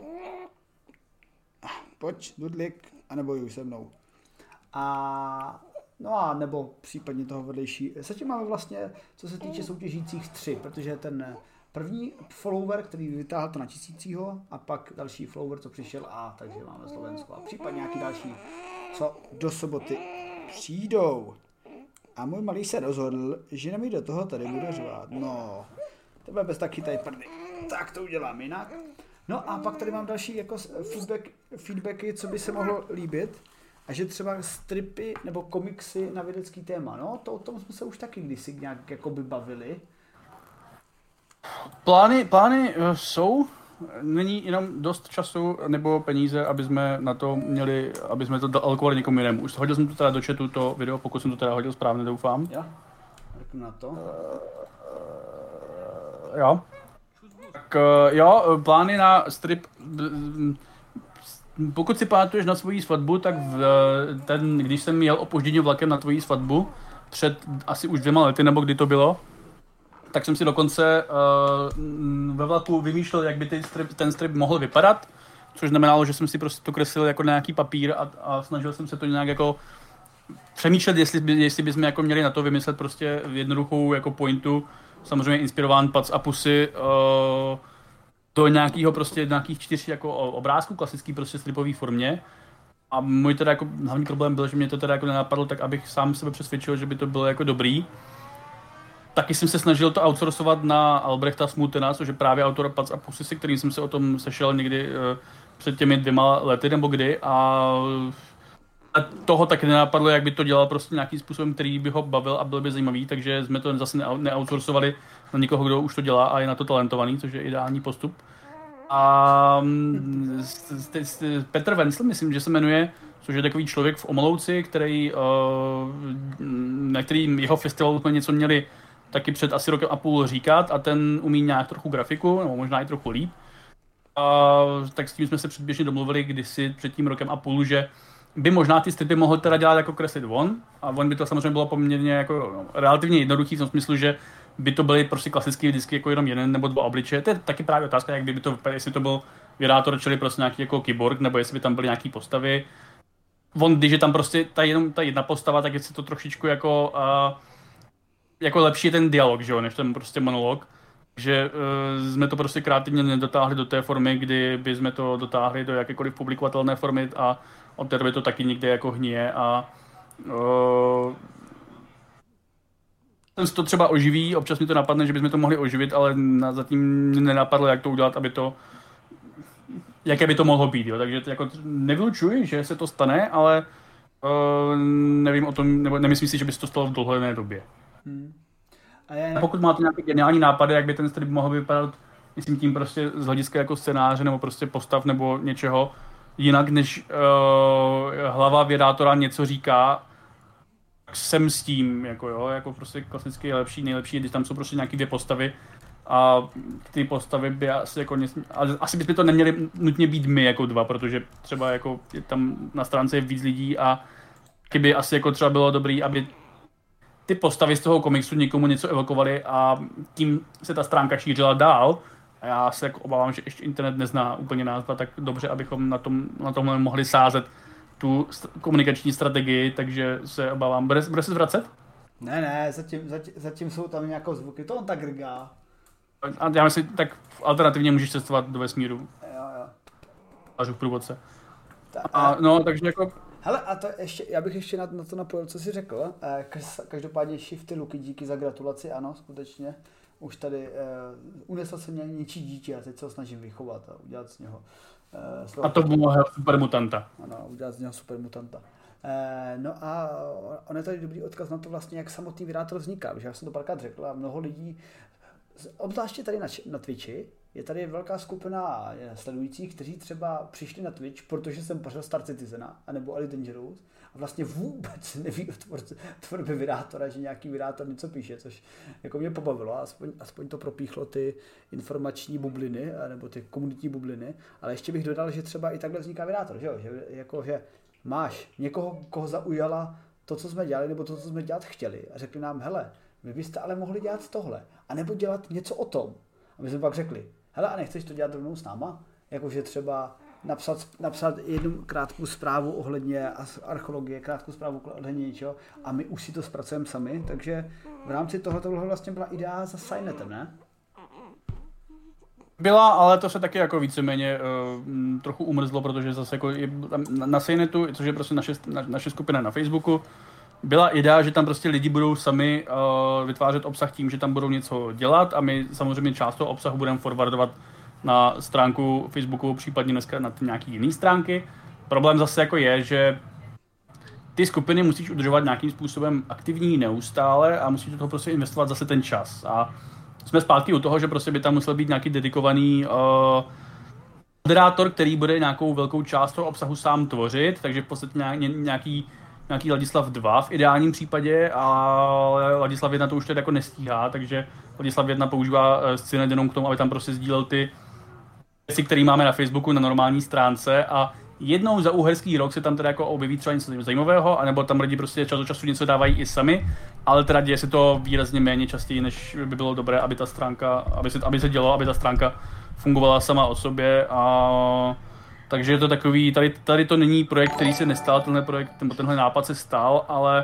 Pojď, dudlík, anebo juj se mnou. No a nebo případně toho vedlejší. Zatím máme vlastně, co se týče soutěžících 3, protože ten první follower, který vytáhl to na 1000. a pak další follower, co přišel takže máme Slovensko a případně nějaký další, co do soboty přijdou. A můj malý se rozhodl, že mi do toho tady bude řvát. No, tebe bez tak chytaj prdy. Tak to udělám jinak. No a pak tady mám další jako feedbacky, co by se mohlo líbit. A že třeba stripy nebo komiksy na vědecký téma, no, to o tom jsme se už taky kdysi nějak jakoby bavili. Plány jsou, není jenom dost času nebo peníze, aby jsme na to měli, aby jsme to alokovali někomu jinému. Už hodil jsem to teda do chatu, to video, pokud jsem to teda hodil správně, doufám. Jo, řeknu na to. Jo. Tak jo, plány na strip... Pokud si pamatuješ na svoji svatbu, tak když jsem jel opožděně vlakem na tvoji svatbu, před asi už 2 lety, nebo kdy to bylo, tak jsem si dokonce ve vlaku vymýšlel, jak by ten strip mohl vypadat, což znamenalo, že jsem si prostě to kreslil jako na nějaký papír a snažil jsem se to nějak jako přemýšlet, jestli bychom jako měli na to vymyslet prostě jednoduchou jako pointu, samozřejmě inspirován Pac a Pusy do nějakých 4 jako obrázků, klasický prostě stripový formě. A můj teda jako hlavní problém byl, že mě to teda jako nenapadlo tak, abych sám sebe přesvědčil, že by to bylo jako dobrý. Taky jsem se snažil to outsourcovat na Albrechta Smutena, což je právě autor Pac a Pusy, se kterým jsem se o tom sešel někdy před těmi 2 lety nebo kdy. A toho taky nenapadlo, jak by to dělal prostě nějakým způsobem, který by ho bavil a byl by zajímavý, takže jsme to zase neoutsourcovali na někoho, kdo už to dělá a je na to talentovaný, což je ideální postup. A Petr Vencel, myslím, že se jmenuje, což je takový člověk v Olomouci, na kterým jeho festivalu jsme něco měli taky před asi 1,5 roku říkat a ten umí nějak trochu grafiku, nebo možná i trochu líp. Tak s tím jsme se předběžně domluvili kdysi před tím 1,5 roku, že by možná ty stripy mohl teda dělat jako kreslit on a on by to samozřejmě bylo poměrně jako relativně jednoduchý v tom smyslu, že by to byly prostě klasické vždycky jako jenom 1 nebo 2 obličeje. To je taky právě otázka, jak by to vypadalo, jestli to byl Virátor, čili prostě nějaký jako kyborg, nebo jestli by tam byly nějaký postavy. On, když je tam prostě ta jedna postava, tak je to trošičku jako lepší je ten dialog, že jo, než ten prostě monolog. Takže jsme to prostě kreativně nedotáhli do té formy, kdy by jsme to dotáhli do jakékoliv publikovatelné formy a od té doby to taky někde jako hníje a to třeba oživí, občas mi to napadne, že bychom to mohli oživit, ale zatím nenapadlo, jak to udělat, aby to, jaké by to mohlo být, jo. Takže jako nevylučuji, že se to stane, ale nevím o tom, nebo nemyslím si, že by se to stalo v dlouhodobé době. A pokud máte nějaké geniální nápady, jak by ten strip mohl vypadat, myslím tím prostě z hlediska jako scénáře nebo prostě postav nebo něčeho, jinak než hlava Virátora něco říká, tak jsem s tím, jako jo, jako prostě klasicky nejlepší, když tam jsou prostě nějaké 2 postavy a ty postavy by asi jako asi bychom to neměli nutně být my jako 2, protože třeba jako je tam na stránce je víc lidí a by asi jako třeba bylo dobrý, aby ty postavy z toho komiksu někomu něco evokovaly a tím se ta stránka šířila dál. A já se jako obávám, že ještě internet nezná úplně nás tak dobře, abychom na tomhle mohli sázet tu komunikační strategii, takže se obávám. Bude se zvracet? Ne, zatím jsou tam nějaké zvuky, to on tak rgá. A já myslím, tak alternativně můžeš cestovat do vesmíru. Jo. Až v průvodce. No, takže jako... Hele, a to ještě, já bych ještě na to napojil, co jsi řekl. Každopádně Shifty Luky, díky za gratulaci, ano, skutečně. Už tady unesl se mě něčí dítě a teď se ho snažím vychovat a udělat z něho... a to bylo supermutanta. Ano, udělat z něho supermutanta. No a on je tady dobrý odkaz na to vlastně, jak samotný Virátor vzniká, že já jsem to párkrát řekl a mnoho lidí, obzvláště tady na Twitchi, je tady velká skupina sledujících, kteří třeba přišli na Twitch, protože jsem pořel Star Citizena, anebo Elite Dangerous a vlastně vůbec neví o tvorbě Virátora, že nějaký Virátor něco píše, což jako mě pobavilo, aspoň to propíchlo ty informační bubliny, nebo ty komunitní bubliny, ale ještě bych dodal, že třeba i takhle vzniká Virátor, že jo? Že máš někoho, koho zaujala to, co jsme dělali, nebo to, co jsme dělat chtěli a řekli nám, hele, vy byste ale mohli dělat tohle, anebo dělat něco o tom. A my jsme pak řekli, hele, a nechceš to dělat rovnou s náma? Jakože třeba napsat jednu krátkou zprávu ohledně archeologie, krátkou zprávu ohledně něčeho a my už si to zpracujeme sami, takže v rámci tohoto vlastně byla idea za Signetem, ne? Byla, ale to se taky jako víceméně trochu umrzlo, protože zase jako na Signetu, což je prostě naše skupina na Facebooku, byla idea, že tam prostě lidi budou sami vytvářet obsah tím, že tam budou něco dělat a my samozřejmě část toho obsahu budeme forwardovat na stránku Facebooku, případně dneska na nějaký jiný stránky. Problém zase jako je, že ty skupiny musíš udržovat nějakým způsobem aktivní neustále a musíš do toho prostě investovat zase ten čas. A jsme zpátky u toho, že prostě by tam musel být nějaký dedikovaný moderátor, který bude nějakou velkou část toho obsahu sám tvořit, takže v podstatě nějaký Ladislav 2 v ideálním případě, ale Ladislav 1 to už tedy jako nestíhá, takže Ladislav 1 používá Synet jenom k tomu, aby tam prostě sdílel ty věci, které máme na Facebooku na normální stránce a jednou za uherský rok se tam teda jako objeví třeba něco zajímavého, anebo tam lidi prostě čas od času něco dávají i sami, ale teda děje se to výrazně méně častěji, než by bylo dobré, aby ta stránka, aby se dělo, aby ta stránka fungovala sama o sobě. A takže je to takový, tady to není projekt, který se nestál, tenhle nápad se stál, ale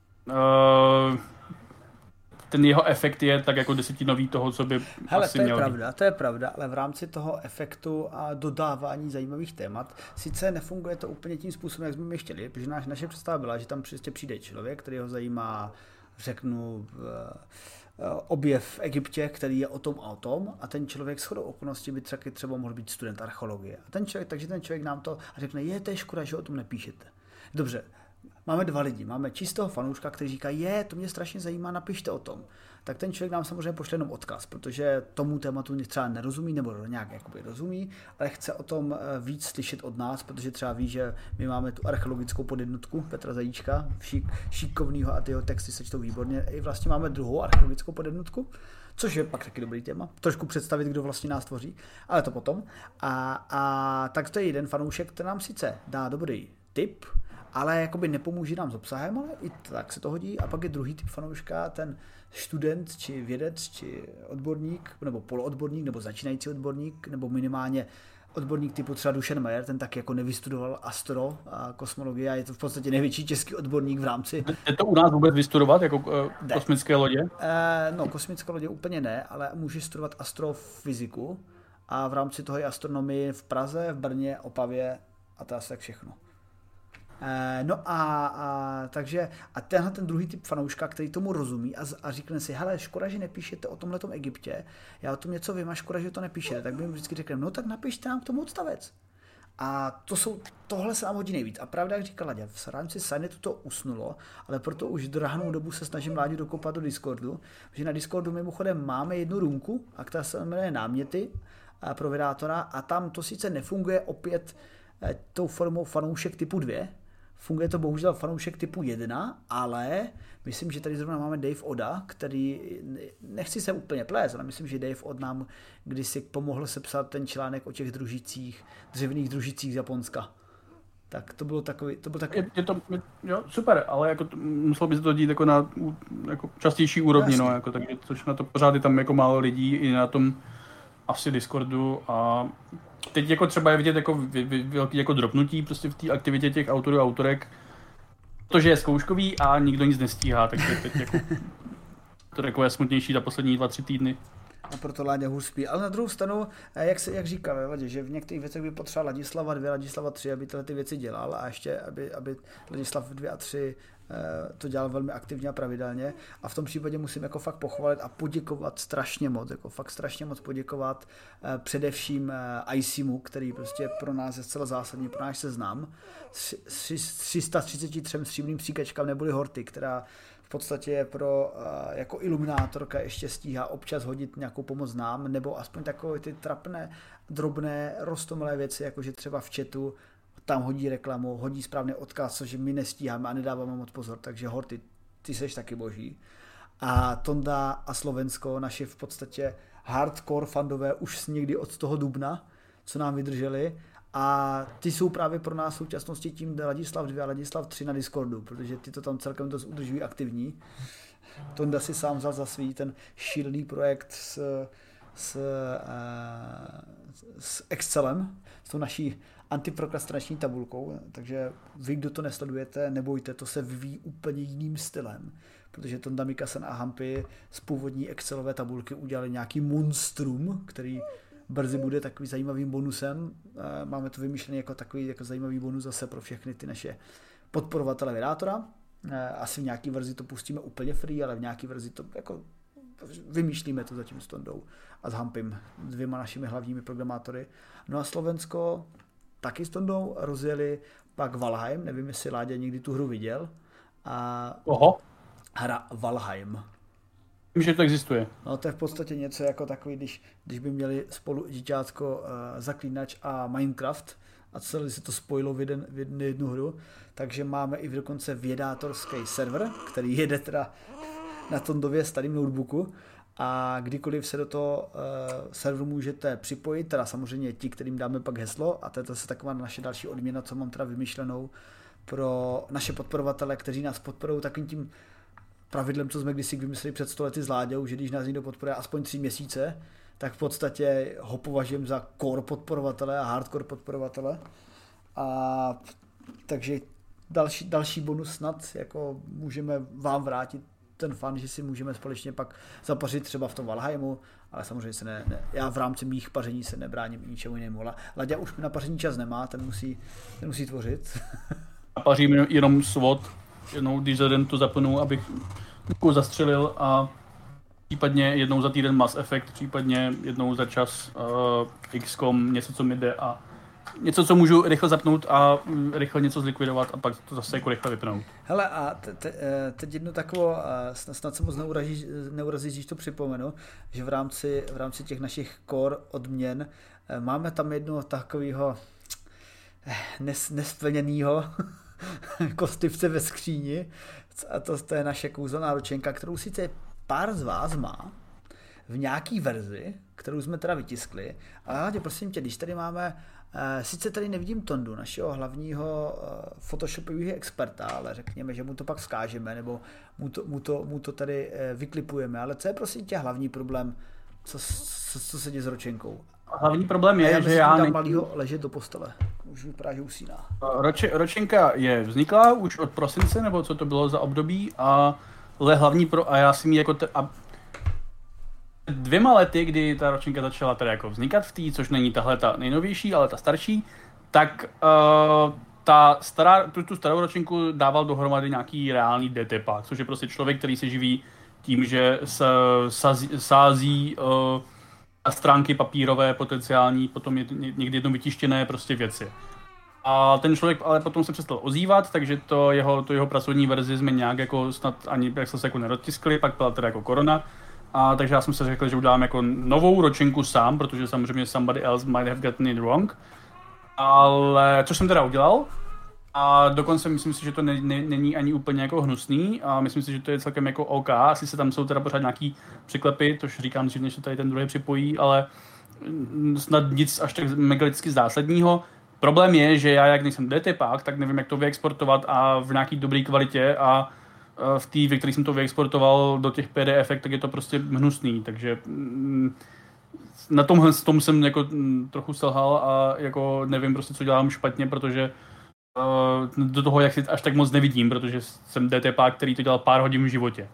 ten jeho efekt je tak jako desetinový toho, co by asi měl. To je pravda, ale v rámci toho efektu a dodávání zajímavých témat sice nefunguje to úplně tím způsobem, jak jsme my chtěli, protože naše představa byla, že tam prostě přijde člověk, který ho zajímá, řeknu, objev v Egyptě, který je o tom a o tom, a ten člověk shodou okolností by třeba mohl být student archeologie. A takže ten člověk nám to řekne, to je škoda, že o tom nepíšete. Dobře, máme dva lidi, máme čistého fanouška, který říká, to mě strašně zajímá, napište o tom. Tak ten člověk nám samozřejmě pošle jenom odkaz, protože tomu tématu třeba nerozumí, nebo nějak jakoby rozumí, ale chce o tom víc slyšet od nás, protože třeba ví, že my máme tu archeologickou podjednotku Petra Zajíčka, šikovnýho, a ty jeho texty se čtou výborně. I vlastně máme druhou archeologickou podjednotku, což je pak taky dobrý téma. Trošku představit, kdo vlastně nás tvoří, ale to potom. A tak to je jeden fanoušek, který nám sice dá dobrý tip, ale jakoby nepomůže nám s obsahem, ale i tak se to hodí. A pak je druhý typ fanouška, ten student, či vědec, či odborník, nebo poloodborník, nebo začínající odborník, nebo minimálně odborník typu třeba Dušan Majer, ten tak jako nevystudoval astro a kosmologie a je to v podstatě největší český odborník v rámci. Je to u nás vůbec vystudovat, jako kosmické lodě? Kosmické lodě úplně ne, ale můžeš studovat astrofyziku a v rámci toho je astronomii v Praze, v Brně, Opavě a to asi tak všechno. Takže tenhle ten druhý typ fanouška, který tomu rozumí a říkne si, hele, škoda, že nepíšete o tomhletom Egyptě, já o tom něco vím a škoda, že to nepíšete, tak by jim vždycky řekl, no tak napište nám k tomu odstavec. A tohle se nám hodí nejvíc. A pravda, jak říkala Ladě, v rámci Signetu to usnulo, ale proto už drahnou dobu se snažím Láďu dokopat do Discordu, že na Discordu mimochodem máme jednu roomku, a která se jmenuje Náměty pro vydátora, a tam to sice nefunguje opět tou formou fanoušek typu 2, funguje to bohužel fanoušek typu 1, ale myslím, že tady zrovna máme Dave Oda, který, nechci se úplně plést, ale myslím, že Dave Od nám kdysi pomohl sepsat ten článek o těch dřevěných družicích z Japonska. Tak to bylo takový... Je to super, ale jako muselo by se to dít jako na jako častější úrovni, no, jako, takže což na to pořád je tam jako málo lidí i na tom asi Discordu a teď jako třeba je vidět velký jako dropnutí prostě v té aktivitě těch autorů a autorek, protože je zkouškový a nikdo nic nestíhá, takže teď jako to takové smutnější za poslední 2-3 týdny. A proto Láďa hůř spí. Ale na druhou stranu, jak říkal Ladě, že v některých věcech by potřeba Ladislava 2, Ladislava 3, aby tyhle ty věci dělal a ještě, aby Ladislav 2 a 3 to dělal velmi aktivně a pravidelně. A v tom případě musím jako fakt pochválit a poděkovat strašně moc, jako fakt strašně moc poděkovat především ICMu, který prostě pro nás je zcela zásadní, pro náš seznam. S 333 stříbrným příkačkám neboli Horty, která v podstatě je pro jako iluminátorka ještě stíhá občas hodit nějakou pomoc nám, nebo aspoň takové ty trapné, drobné, roztomilé věci, jakože třeba v chatu tam hodí reklamu, hodí správný odkaz, což my nestíháme a nedáváme moc pozor, takže Horty, ty seš taky boží. A Tonda a Slovensko, naši v podstatě hardcore fandové už někdy od toho dubna, co nám vydrželi, a ty jsou právě pro nás v současnosti tím Ladislav 2 a Ladislav 3 na Discordu, protože ty to tam celkem dost udržují aktivní. Tonda si sám vzal za svý ten šílený projekt s Excelem, s tou naší antiprokrastinační tabulkou, takže vy, kdo to nesledujete, nebojte, to se vyvíjí úplně jiným stylem, protože Tonda Mikasen a Hampy z původní Excelové tabulky udělali nějaký monstrum, který brzy bude takový zajímavým bonusem. Máme to vymýšlené jako takový jako zajímavý bonus zase pro všechny ty naše podporovatele vydátora. Asi v nějaký verzi to pustíme úplně free, ale v nějaký verzi to jako vymýšlíme to zatím s Tondou a s Hampym, 2 našimi hlavními programátory. No a Slovensko taky s Tondou rozjeli pak Valheim, nevím, jestli Láďa někdy tu hru viděl. Hra Valheim. Vím, že to existuje. No to je v podstatě něco jako takový, když by měli spolu děťátko Zaklínač a Minecraft a celé se to spojilo v jednu hru, takže máme i dokonce vědátorský server, který jede teda na Tondově starým notebooku a kdykoliv se do toho serveru můžete připojit, teda samozřejmě ti, kterým dáme pak heslo, a to je zase taková naše další odměna, co mám teda vymyšlenou pro naše podporovatele, kteří nás podporují takovým tím pravidlem, co jsme kdysi vymysleli před 100 lety s Láďou, že když nás někdo podporuje aspoň 3 měsíce, tak v podstatě ho považujeme za core podporovatele a hardcore podporovatele. A takže další bonus snad, jako můžeme vám vrátit ten fan, že si můžeme společně pak zapařit třeba v tom Valheimu, ale samozřejmě se já v rámci mých paření se nebráním ničemu jinému. Laďa už na paření čas nemá, ten musí tvořit. A pařím jenom SWOT, jednou když za den to zapnu, abych zastřelil a případně jednou za týden Mass Effect, případně jednou za čas XCOM, něco, co mi jde a něco, co můžu rychle zapnout a rychle něco zlikvidovat a pak to zase jako rychle vypnout. Hele, a teď jednu takovou, snad se moc neurazíš, když to připomenu, že v rámci těch našich core odměn máme tam jednu takového nesplněného kostlivce ve skříni a to je naše kouzelná ročenka, kterou sice pár z vás má v nějaký verzi, kterou jsme teda vytiskli, ale hlavně prosím tě, když tady máme, sice tady nevidím Tondu, našeho hlavního photoshopového experta, ale řekněme, že mu to pak vzkážeme, nebo mu to tady vyklipujeme, ale co je prosím tě hlavní problém, co se děje s ročenkou? Hlavní problém je, že já dám malýho ležet do postele. Už vypadá, že usíná. Ročenka je vznikla už od prosince, nebo co to bylo za období, a já si mi jako 2 lety, kdy ta ročenka začala tady jako vznikat v té, což není tahle ta nejnovější, ale ta starší, tak tu starou ročenku dával dohromady nějaký reálný DTPák, což je prostě člověk, který se živí tím, že sází stránky papírové potenciální, potom je někdy jednou vytištěné prostě věci. A ten člověk ale potom se přestal ozývat, takže to jeho pracovní verzi jsme nějak jako snad ani jak se jako nerotiskli, pak byla teda jako korona. A takže já jsem se řekl, že udělám jako novou ročenku sám, protože samozřejmě somebody else might have gotten it wrong. Ale což jsem teda udělal. A dokonce myslím si, že to není ani úplně jako hnusný a myslím si, že to je celkem jako OK. Asi se tam jsou teda pořád nějaký překlepy, tož říkám dřív, než se tady ten druhý připojí, ale snad nic až tak megalicky zásadního. Problém je, že já jak nejsem DTPák, tak nevím, jak to vyexportovat a v nějaký dobré kvalitě a v té, ve které jsem to vyexportoval do těch PDF, tak je to prostě hnusný, takže na tom jsem jako trochu selhal a jako nevím prostě, co dělám špatně, protože do toho, jak si až tak moc nevidím, protože jsem DTPák, který to dělal pár hodin v životě.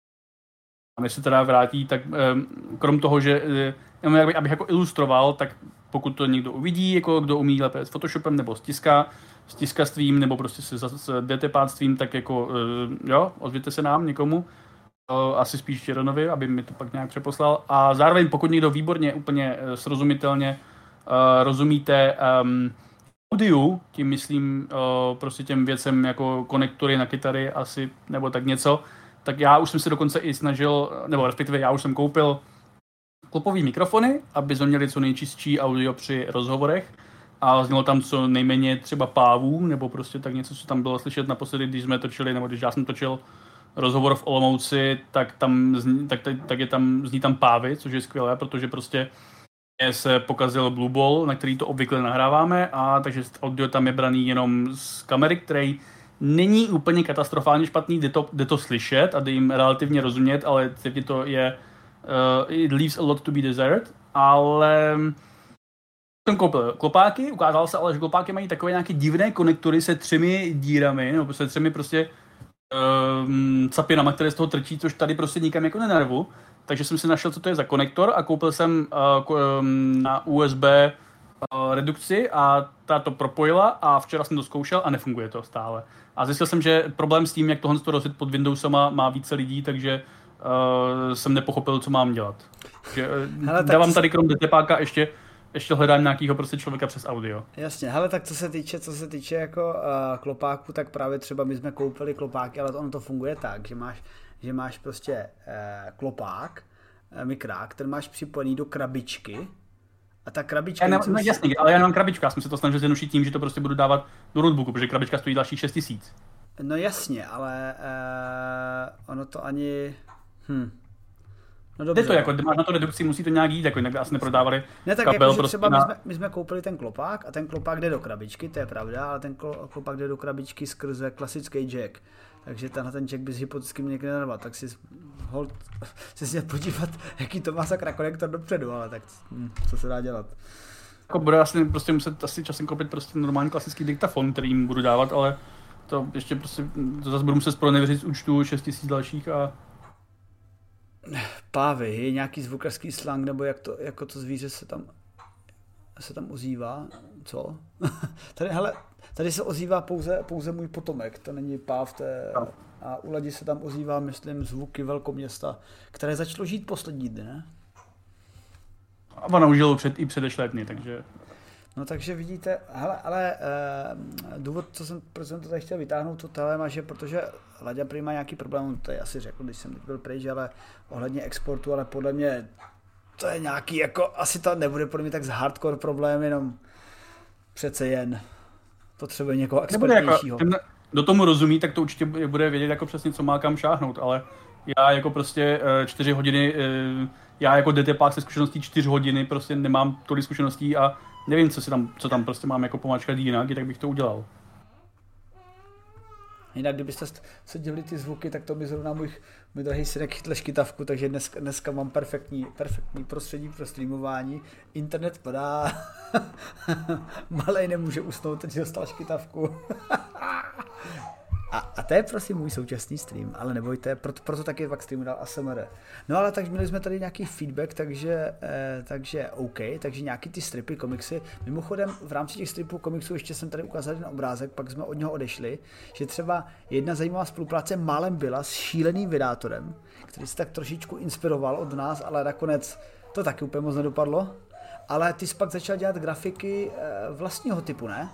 A než se teda vrátí, tak krom toho, že abych jako ilustroval, tak pokud to někdo uvidí, jako kdo umí lépe s Photoshopem nebo s tiskastvím nebo prostě s DTPáctvím, tak jako jo, ozvěte se nám někomu, asi spíš Jeronovi, aby mi to pak nějak přeposlal. A zároveň pokud někdo výborně, úplně srozumitelně rozumíte audiu, tím myslím prostě těm věcem jako konektory na kytary asi, nebo tak něco, tak já už jsem se dokonce i snažil, nebo respektive já už jsem koupil klopový mikrofony, aby jsme měli co nejčistší audio při rozhovorech a znělo tam co nejméně třeba pávů, nebo prostě tak něco, co tam bylo slyšet naposledy, když jsme točili, nebo když já jsem točil rozhovor v Olomouci, tak zní tam pávy, což je skvělé, protože prostě se pokazil Blue Ball, na který to obvykle nahráváme, a takže audio tam je braný jenom z kamery, který není úplně katastrofálně špatný, jde to slyšet a jde jim relativně rozumět, ale to je it leaves a lot to be desired, ale jsem koupil klopáky, ukázalo se ale, že klopáky mají takové nějaké divné konektory se 3 dírami, nebo se 3 prostě capinama, které z toho trčí, což tady prostě nikam jako nenarvu. Takže jsem si našel, co to je za konektor a koupil jsem na USB redukci a ta to propojila a včera jsem to zkoušel a nefunguje to stále. A zjistil jsem, že problém s tím, jak tohle rozjet pod Windowsama má více lidí, takže jsem nepochopil, co mám dělat. Takže, dávám tady krom DTPáka ještě hledám nějakýho prostě člověka přes audio. Jasně, hele, tak co se týče jako klopáku, tak právě třeba my jsme koupili klopáky, ale ono to funguje tak, že máš prostě klopák, mikrák, který máš připojený do krabičky a ta krabička... Jasně, ale já nemám krabičku, já jsem se to snažil zjednodušit tím, že to prostě budu dávat do notebooku, protože krabička stojí dalších 6 000. No jasně, ale ono to ani... No dobře, to jako, máš na to redukci, musí to nějak jít, jako jinak by asi neprodávali ne, tak kabel jako, prostě třeba my jsme koupili ten klopák a ten klopák jde do krabičky, to je pravda, ale ten klopák jde do krabičky skrze klasický jack. Takže tenhle ten jack bys hypoteticky měl někde narvat, tak si měl podívat, jaký to má sakra konektor dopředu, ale tak co se dá dělat. Jako bude asi prostě muset časem koupit prostě normální klasický diktafon, který jim budu dávat, ale to ještě prostě, to zase budu muset zpronevěřit z účtu 6 000 dalších a... Pávy, je nějaký zvukařský slang, nebo jako to zvíře se tam ozývá, co? Tady se ozývá pouze můj potomek, to není páv, a u Ladi se tam ozývá, myslím, zvuky velkoměsta, které začalo žít poslední dny, ne? A ona už žilo i předešlé dny, takže... No takže vidíte, ale důvod, proč jsem to tady chtěl vytáhnout, to téma, že protože Laďa prý má nějaký problém, to je asi řekl, když jsem byl pryč, ale ohledně exportu, ale podle mě to je nějaký, jako asi to nebude podle mě tak z hardcore problém, jenom přece jen potřebuje někoho expertnějšího. Jako, do tomu rozumí, tak to určitě bude vědět jako přesně, co má kam šáhnout, ale já jako prostě 4 hodiny, já jako DTPák se zkušeností 4 hodiny prostě nemám tolik zkušeností a nevím, co tam prostě mám jako pomáčkat jinak, tak bych to udělal. Jinak, kdybyste se dělili ty zvuky, tak to by zrovna můj drahý synek chytl škytavku, takže dneska mám perfektní prostředí pro streamování. Internet padá, malej nemůže usnout, teď dostal škytavku. A to je prosím můj současný stream, ale nebojte, proto taky pak streamu dal ASMR. No ale tak měli jsme tady nějaký feedback, takže OK, takže nějaký ty stripy, komiksy. Mimochodem v rámci těch stripů komiksů ještě jsem tady ukázal jeden obrázek, pak jsme od něho odešli, že třeba jedna zajímavá spolupráce málem byla s šíleným vydátorem, který se tak trošičku inspiroval od nás, ale nakonec to taky úplně moc nedopadlo. Ale ty jsi pak začal dělat grafiky vlastního typu, ne?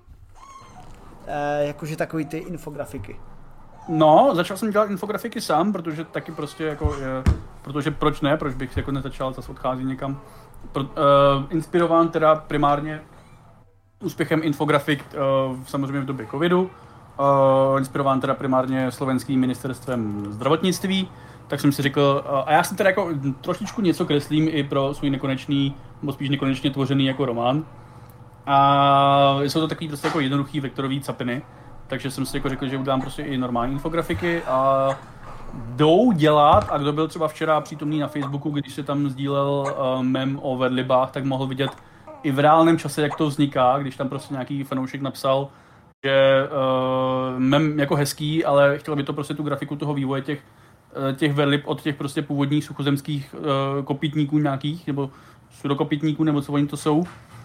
Jakože takový ty infografiky. No, začal jsem dělat infografiky sám, protože taky prostě jako, protože proč ne, proč bych jako nezačal, zase odchází někam. Inspirován teda primárně úspěchem infografik samozřejmě v době covidu, inspirován teda primárně slovenským ministerstvem zdravotnictví, tak jsem si řekl, a já jsem teda jako trošičku něco kreslím i pro svůj nekonečný, nebo spíš nekonečně tvořený jako román. A jsou to takový prostě jako jednoduchý vektorový capiny, takže jsem si jako řekl, že udělám prostě i normální infografiky a jdou dělat, a kdo byl třeba včera přítomný na Facebooku, když se tam sdílel mem o vedlibách, tak mohl vidět i v reálném čase, jak to vzniká, když tam prostě nějaký fanoušek napsal, že mem jako hezký, ale chtěl by to prostě tu grafiku toho vývoje těch vedlib od těch prostě původních suchozemských kopytníků nějakých, nebo sudokopytníků, nebo co oni to jsou.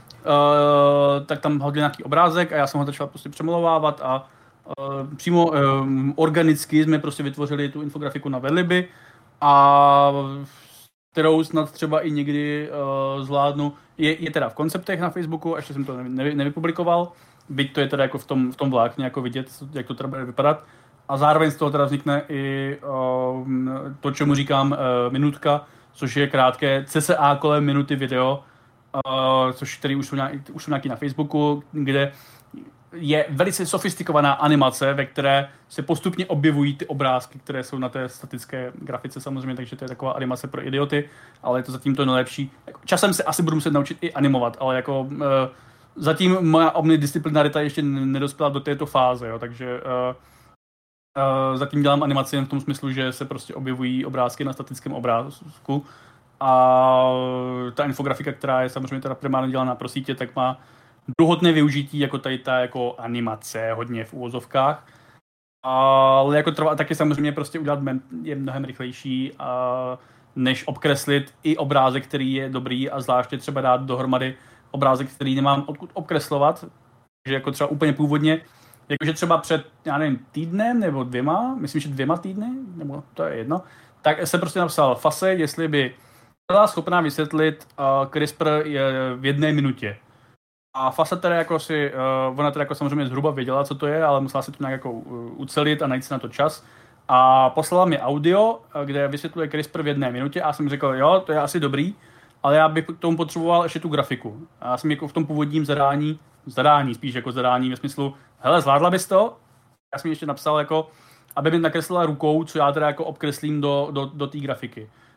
Tak tam hodil nějaký obrázek a já jsem ho začal prostě přemalovávat a přímo organicky jsme prostě vytvořili tu infografiku na vedliby a kterou snad třeba i někdy zvládnu. Je teda v konceptech na Facebooku, ještě jsem to nevypublikoval, byť to je teda jako v tom vlákně jako vidět, jak to teda bude vypadat. A zároveň z toho teda vznikne i to, čemu říkám minutka, což je krátké cca kolem minuty video, což tady už jsou nějaký na Facebooku, kde je velice sofistikovaná animace, ve které se postupně objevují ty obrázky, které jsou na té statické grafice samozřejmě, takže to je taková animace pro idioty, ale je to zatím to nejlepší. Časem se asi budu muset naučit i animovat, ale jako zatím moja omnidisciplinarita ještě nedospěla do této fáze, jo, takže zatím dělám animaci jen v tom smyslu, že se prostě objevují obrázky na statickém obrázku. A ta infografika, která je samozřejmě teda primárně dělaná pro sítě, tak má druhotné využití jako tady ta jako animace, hodně v uvozovkách. Ale jako trvá taky samozřejmě prostě udělat je mnohem rychlejší, než obkreslit i obrázek, který je dobrý a zvláště třeba dát dohromady obrázek, který nemám odkud obkreslovat. Takže jako třeba úplně původně, jakože třeba před, já nevím, týdnem nebo 2, myslím, že 2 týdny, nebo to je jedno, tak se prostě napsal Fase, jestli by byla schopná vysvětlit CRISPR v 1 minutě. A Fasa teda jako ona teda jako samozřejmě zhruba věděla, co to je, ale musela si to nějak jako ucelit a najít si na to čas. A poslala mi audio, kde vysvětluje CRISPR v 1 minutě a jsem řekl, jo, to je asi dobrý, ale já bych k tomu potřeboval ještě tu grafiku. A já jsem jako v tom původním zadání, spíš jako zadání ve smyslu, hele, zvládla bys to? Já jsem ještě napsal jako, aby mi nakreslila rukou, co já teda jako obkreslím do té grafiky.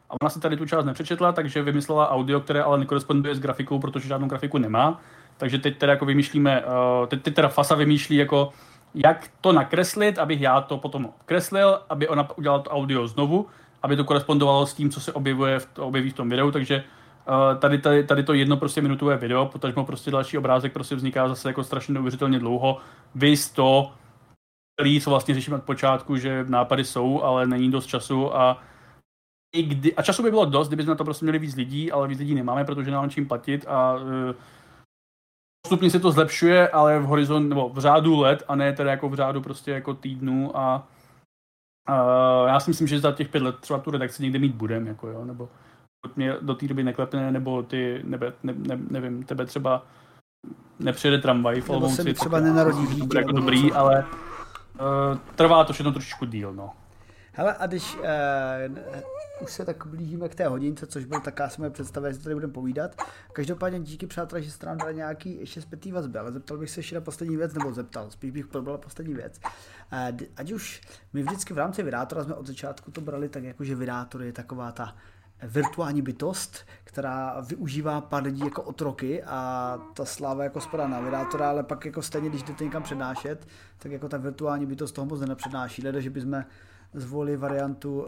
a ona si tady tu část nepřečetla, takže vymyslela audio, které ale nekoresponduje s grafikou, protože žádnou grafiku nemá. Takže teď teda jako vymýšlíme, teď teda Fasa vymýšlí jako, jak to nakreslit, abych já to potom kreslil, aby ona udělala to audio znovu, aby to korespondovalo s tím, co se objeví v tom videu, takže tady to jedno prostě minutové video, potažmo prostě další obrázek prostě vzniká zase jako strašně neuvěřitelně dlouho. Vys to, co vlastně řešíme od počátku, že nápady jsou, ale není dost času a času by bylo dost, kdybychom na to prostě měli víc lidí, ale víc lidí nemáme, protože nemáme čím platit a postupně se to zlepšuje, ale v řádu let a ne teda jako v řádu prostě jako týdnů a já si myslím, že za těch 5 let třeba tu redakci někde mít budeme, jako jo, nebo mě do té doby neklepne, nebo nevím, tebe třeba nepřijede tramvaj v Olomouci. Nebo se třeba nenarodí dítě. Jako dobrý, ale trvá to všechno trošičku díl, no. Hele, a když už se tak blížíme k té hodince, což byl taká moje představa, jestli tady budeme povídat. Každopádně díky, přátelé, že jste nám dali nějaký ještě zpětný vazby, ale zeptal bych se ještě na poslední věc, spíš bych probral poslední věc. Ať už my vždycky v rámci Vydátora jsme od začátku to brali tak, jako že Vydátor je taková ta virtuální bytost, která využívá pár lidí jako otroky a ta sláva jako spadá na Vydátora, ale pak jako stejně, když jdete někam přednášet, tak jako ta virtuální bytost toho moc nepřednáší, leda, že bychom zvolili variantu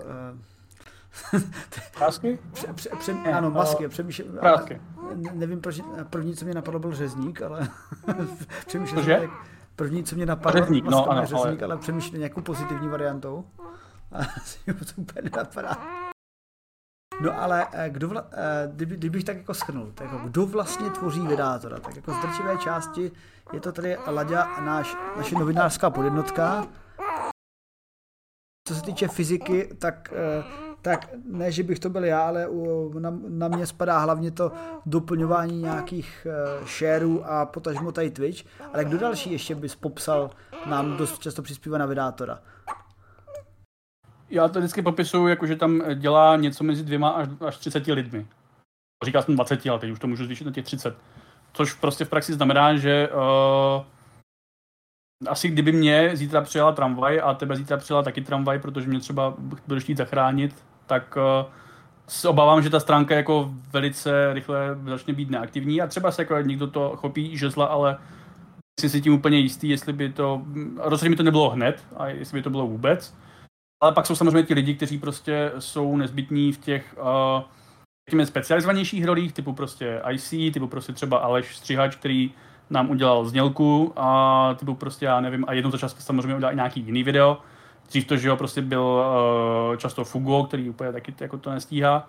Masky? Ano, masky. Nevím, proč první, co mě napadlo, byl řezník, ale přemýšlel první, co mě napadlo, řezník, ale přemýšlel nějakou pozitivní variantou. To úplně nenapadá. No ale kdybych tak jako shrnul, tak jako kdo vlastně tvoří Vydátora, tak jako z drtivé části je to tady Laďa, naše novinářská podjednotka. Co se týče fyziky, tak ne, že bych to byl já, ale na mě spadá hlavně to doplňování nějakých shareů a potažmo tady Twitch. Ale kdo další ještě bys popsal, nám dost často přispívá na Vydátora? Já to vždycky popisuju, jako že tam dělá něco mezi 2 až 30 lidmi. Říkal jsem 20, ale teď už to můžu zvýšit na těch 30. Což prostě v praxi znamená, že asi kdyby mě zítra přijela tramvaj a tebe zítra přijela taky tramvaj, protože mě třeba budeš chtít zachránit, tak se obávám, že ta stránka jako velice rychle začne být neaktivní a třeba se jako někdo to chopí žezla, ale jsem si tím úplně jistý, jestli by to, rozhodně mi to nebylo hned a jestli by to bylo vůbec. Ale pak jsou samozřejmě ti lidi, kteří prostě jsou nezbytní v těch specializovanějších rolích, typu prostě IC, typu prostě třeba Aleš Střihač, který nám udělal znělku a typu prostě, já nevím, a jednou za čas samozřejmě udělal i nějaký jiný video. Dřív to, že jo, prostě byl často Fugo, který úplně taky jako to nestíhá.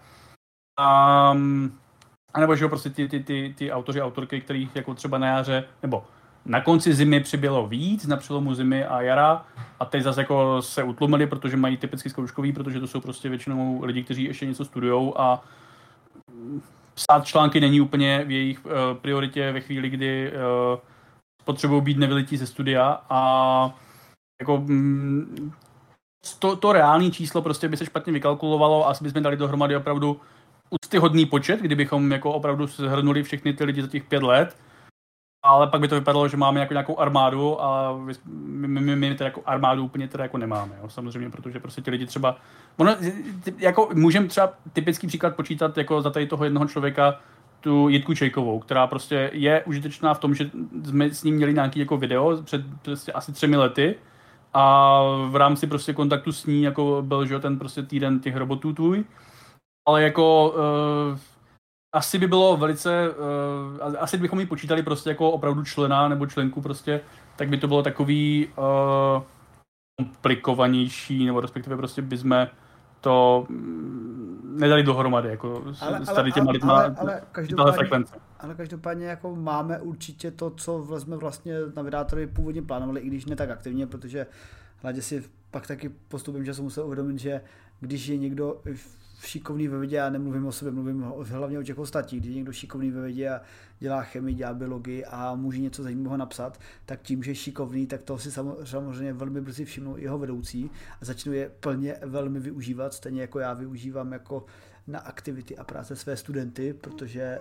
A nebo že jo, prostě ty autoři, autorky, kterých jako třeba na jaře, nebo na konci zimy přibylo víc, na přelomu zimy a jara a teď zase jako se utlumili, protože mají typicky zkouškový, protože to jsou prostě většinou lidi, kteří ještě něco studujou a psát články není úplně v jejich prioritě ve chvíli, kdy potřebují být nevylití ze studia a jako to reální číslo prostě by se špatně vykalkulovalo a asi bychom dali dohromady opravdu úctyhodný počet, kdybychom jako opravdu shrnuli všechny ty lidi za těch 5 let. Ale pak by to vypadalo, že máme jako nějakou armádu a my teda jako armádu úplně teda jako nemáme, jo, samozřejmě, protože prostě ti lidi třeba, jako můžeme třeba typický příklad počítat jako za tady toho jednoho člověka tu Jitku Čejkovou, která prostě je užitečná v tom, že jsme s ním měli nějaký jako video před prostě asi 3 lety a v rámci prostě kontaktu s ní jako byl, že ten prostě týden těch robotů tvůj, ale jako asi by bylo velice, asi bychom ji počítali prostě jako opravdu člena nebo členku prostě, tak by to bylo takový komplikovanější, nebo respektive prostě bychom to nedali dohromady, jako s tady těma lidma, tahle frekvence. Ale každopádně jako máme určitě to, co jsme vlastně na Vydátorovi původně plánovali, i když ne tak aktivně, protože hlavně si pak taky postupem času musel uvědomit, že když je někdo šikovný ve vědě, já nemluvím o sobě, mluvím hlavně o těch ostatních, když je někdo šikovný ve vědě a dělá chemii, dělá biologii a může něco zajímavého napsat, tak tím, že je šikovný, tak toho si samozřejmě velmi brzy všimnou jeho vedoucí a začnou je plně velmi využívat, stejně jako já využívám jako na aktivity a práce své studenty, protože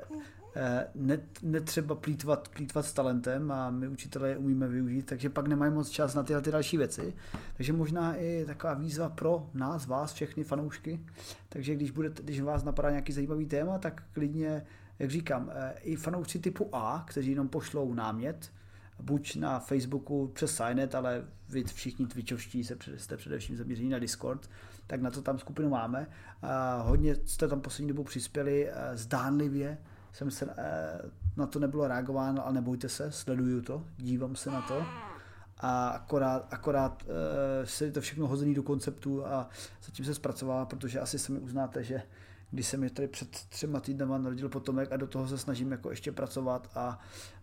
netřeba plýtvat s talentem a my učitelé je umíme využít, takže pak nemají moc čas na ty další věci. Takže možná i taková výzva pro nás, vás, všechny fanoušky. Takže když vás napadá nějaký zajímavý téma, tak klidně, jak říkám, i fanoušci typu A, kteří jenom pošlou námět, buď na Facebooku přes Signet, ale vy všichni twitchovští jste především zaměření na Discord, tak na to tam skupinu máme. Hodně jste tam poslední dobou přispěli, zdánlivě jsem se na to nebylo reagováno, ale nebojte se, sleduju to, dívám se na to a akorát se to všechno hozený do konceptu a zatím se zpracovává, protože asi sami uznáte, že když se mi tady před 3 týdnama narodil potomek a do toho se snažím jako ještě pracovat a